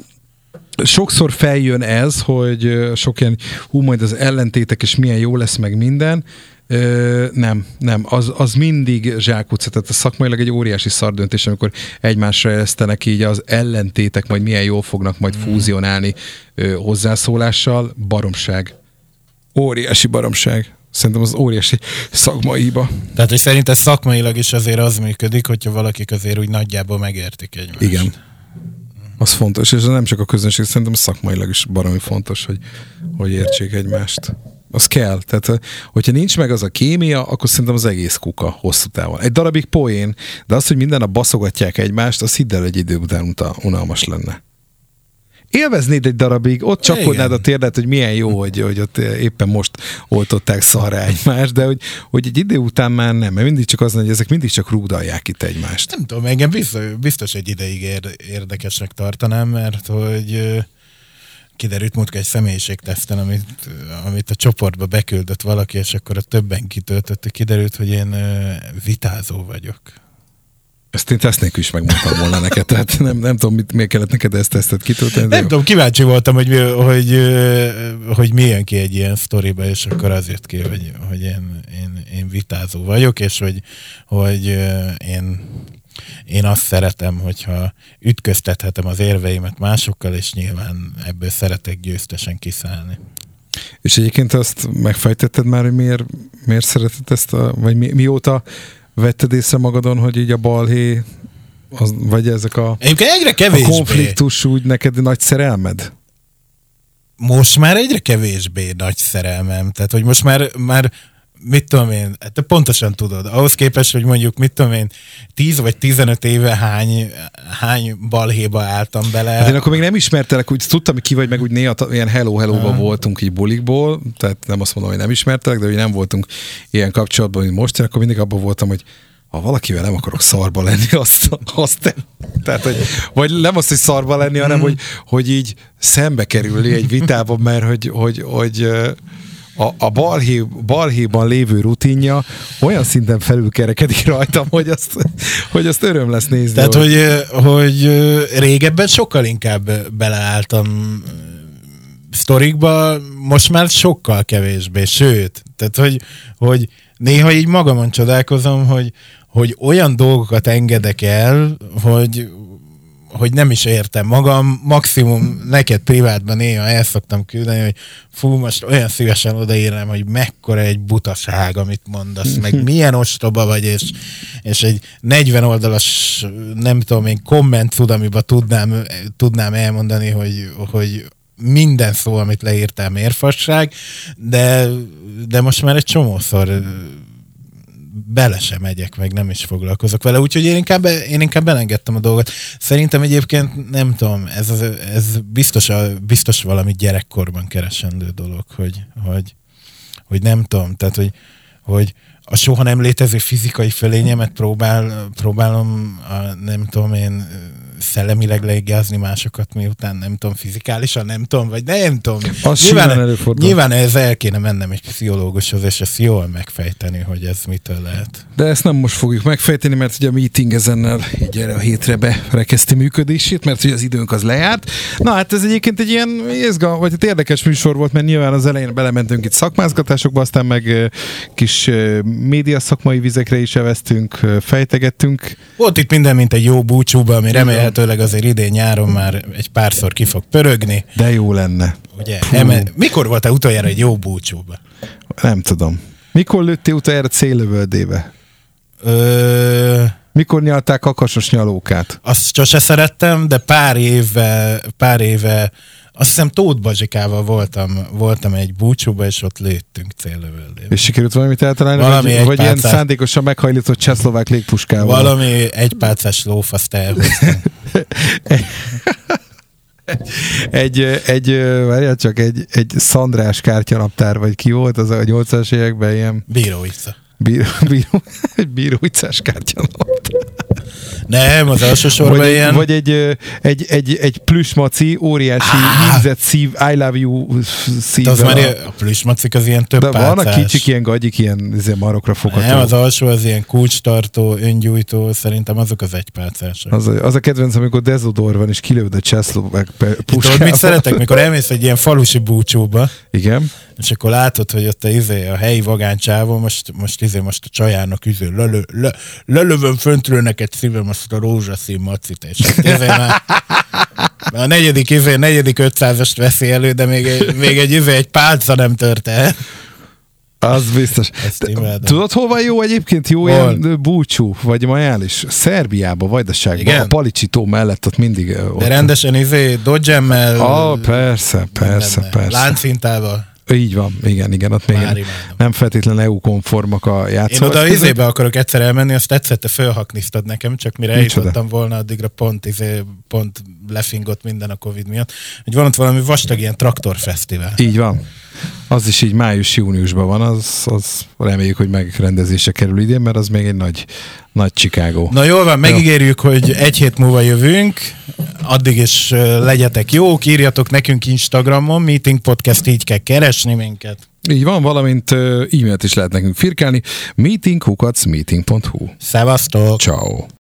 sokszor feljön ez, hogy sok ilyen, hú, majd az ellentétek, és milyen jó lesz meg minden. Ö, nem, nem. Az, az mindig zsákutca. Tehát a szakmailag egy óriási szardöntés, amikor egymásra eresztenek így az ellentétek, majd milyen jól fognak majd fúzionálni ö, hozzászólással. Baromság. Óriási baromság. Szerintem az óriási szakmai hiba. Tehát, hogy szerinted szakmailag is azért az működik, hogyha valakik azért úgy nagyjából megértik egymást. Igen. Az fontos, és nem csak a közönség, szerintem szakmailag is baromi fontos, hogy, hogy értsék egymást. Az kell. Tehát, hogyha nincs meg az a kémia, akkor szerintem az egész kuka hosszú távon. Egy darabig poén, de az, hogy minden nap baszogatják egymást, az hidd el, egy idő után unalmas lenne. Élveznéd egy darabig, ott csapkodnád a térdet, hogy milyen jó, hogy, hogy ott éppen most oltották szarra egymást, de hogy, hogy egy idő után már nem, mert mindig csak az, hogy ezek mindig csak rúgdalják itt egymást. Nem tudom, engem biztos, biztos egy ideig érdekesnek tartanám, mert hogy kiderült múltkor egy személyiségteszten, amit, amit a csoportba beküldött valaki, és akkor a többen kitöltötte, kiderült, hogy én vitázó vagyok. Ezt én teszt nélkül is megmondtam volna neked, tehát nem, nem tudom, mit, miért kellett neked ezt tesztet kitölteni. Nem jó. Tudom, kíváncsi voltam, hogy, hogy, hogy milyen ki egy ilyen sztoriba, és akkor azért ki, hogy, hogy én, én, én vitázó vagyok, és hogy, hogy én, én azt szeretem, hogyha ütköztethetem az érveimet másokkal, és nyilván ebből szeretek győztesen kiszállni. És egyébként azt megfejtetted már, hogy miért, miért szereted ezt, a, vagy mi, mióta vetted észre magadon, hogy így a balhé, az, vagy ezek a, egyre a konfliktus úgy neked nagy szerelmed? Most már egyre kevésbé nagy szerelmem. Tehát, hogy most már, már mit tudom én, te pontosan tudod, ahhoz képest, hogy mondjuk, mit tudom én, tíz vagy tizenöt éve hány, hány balhéba álltam bele. Hát én akkor még nem ismertelek, úgy tudtam, hogy ki vagy, meg úgy néha ilyen hello-hello-ba uh. voltunk így bulikból, tehát nem azt mondom, hogy nem ismertelek, de hogy nem voltunk ilyen kapcsolatban, mint most, én akkor mindig abban voltam, hogy ha valakivel nem akarok szarba lenni, azt, azt tehát, hogy, vagy nem azt, hogy szarba lenni, hanem, hogy, hogy így szembe kerülni egy vitában, mert hogy, hogy, hogy a, a balhé, balhéban lévő rutinja olyan szinten felülkerekedik rajtam, hogy azt, hogy azt öröm lesz nézni. Tehát, hogy, hogy régebben sokkal inkább beleálltam sztorikba, most már sokkal kevésbé, sőt, tehát, hogy, hogy néha így magamon csodálkozom, hogy, hogy olyan dolgokat engedek el, hogy, hogy nem is értem magam, maximum neked privátban néha el szoktam küldeni, hogy fú, most olyan szívesen odaírnám, hogy mekkora egy butaság, amit mondasz, meg milyen ostoba vagy, és, és egy negyven oldalas, nem tudom én, komment tud, amiben tudnám, tudnám elmondani, hogy, hogy minden szó, amit leírtál, mérfasság, de, de most már egy csomószor bele sem megyek, meg nem is foglalkozok vele, úgyhogy én inkább, én inkább elengedtem a dolgot. Szerintem egyébként, nem tudom, ez, ez biztos, a, biztos valami gyerekkorban keresendő dolog, hogy, hogy, hogy nem tudom, tehát, hogy, hogy a soha nem létező fizikai fölényemet próbál, próbálom, a, nem tudom én, szellemileg leigázni másokat, miután nem tudom, fizikálisan nem tudom, vagy nem tudom. Nyilván, nyilván ez el kéne mennem egy pszichológushoz, és ezt jól megfejteni, hogy ez mitől lehet. De ezt nem most fogjuk megfejteni, mert ugye a meeting ezennel így erre a hétre berekezti működését, mert ugye az időnk az lejárt. Na hát ez egyébként egy ilyen izgal, vagy egy érdekes műsor volt, mert nyilván az elején belementünk itt szakmázgatásokba, aztán meg kis média szakmai vizekre is eveztünk, fejtegettünk. Volt itt minden, mint egy jó búcsúba, ami remélhetőleg azért idén nyáron már egy párszor ki fog pörögni. De jó lenne. Ugye? Eme, mikor voltál utoljára egy jó búcsúba? Nem tudom. Mikor lőttél utoljára céllövöldébe? Ö... Mikor nyalták kakasos nyalókát? Azt sose szerettem, de pár éve, pár éve azt hiszem Tóth Bazsikával voltam, voltam egy búcsúba, és ott lőttünk céllövöldébe. És sikerült valamit eltalálni? Valami vagy vagy ilyen szándékosan meghajlított csehszlovák légpuskával? Valami egypálcás lófaszt elhoztam. egy, egy, várjál csak, egy, egy Szandrás kártyanaptár, vagy ki volt az a nyolcvanas években ilyen? Bíróica. Bíró, bíró, egy bíróicás kártyanaptár. Nem, az elsősorban vagy ilyen... Vagy egy, egy, egy, egy plüsmaci, óriási hímzett szív, I love you szívvel. Az már a plüsmacik az ilyen több de pálcás. Vannak kicsik, ilyen gagyik, ilyen marokra fogható. Nem, az alsó az ilyen kulcstartó, öngyújtó, szerintem azok az egypálcások. Az a, az a kedvenc, amikor dezodor van, és kilőd a csehszlovák puskával. Tudod, mit szeretek, mikor elmész egy ilyen falusi búcsúba, igen, és akkor látod, hogy ott a, izé, a helyi vagáncsávó, most, most, izé, most a csajának izé, lelö, lö, lelövöm föntről neked szívem azt a rózsaszín macit, és izé már a negyedik, izé, negyedik ötszázast veszi elő, de még egy, még egy, izé, egy pálca nem tört el. Az biztos. Tudod, hol van jó egyébként? Jó hol? Ilyen búcsú, vagy majális? Szerbiába, Vajdaságban, a Palicsitó mellett ott mindig... De ott rendesen izé, Dodgemmel... Ah, persze, persze, persze. Láncintával. Így van, igen, igen, ott még nem feltétlenül é u-konformak a játszó. Én oda izébe akarok egyszer elmenni, azt tetszett, te fölhaknisztad nekem, csak mire eljutottam volna, addigra pont, izé, pont lefingott minden a Covid miatt, hogy van ott valami vastag ilyen traktorfesztivál. Így van. Az is így május-júniusban van, az, az reméljük, hogy megrendezésre kerül idén, mert az még egy nagy, nagy Chicago. Na jól van, megígérjük, hogy egy hét múlva jövünk, addig is legyetek jók, írjatok nekünk Instagramon, Meeting Podcast, így kell keresni minket. Így van, valamint e-mailt is lehet nekünk firkálni, meeting kukac meeting pont hu. Szevasztok! Ciao.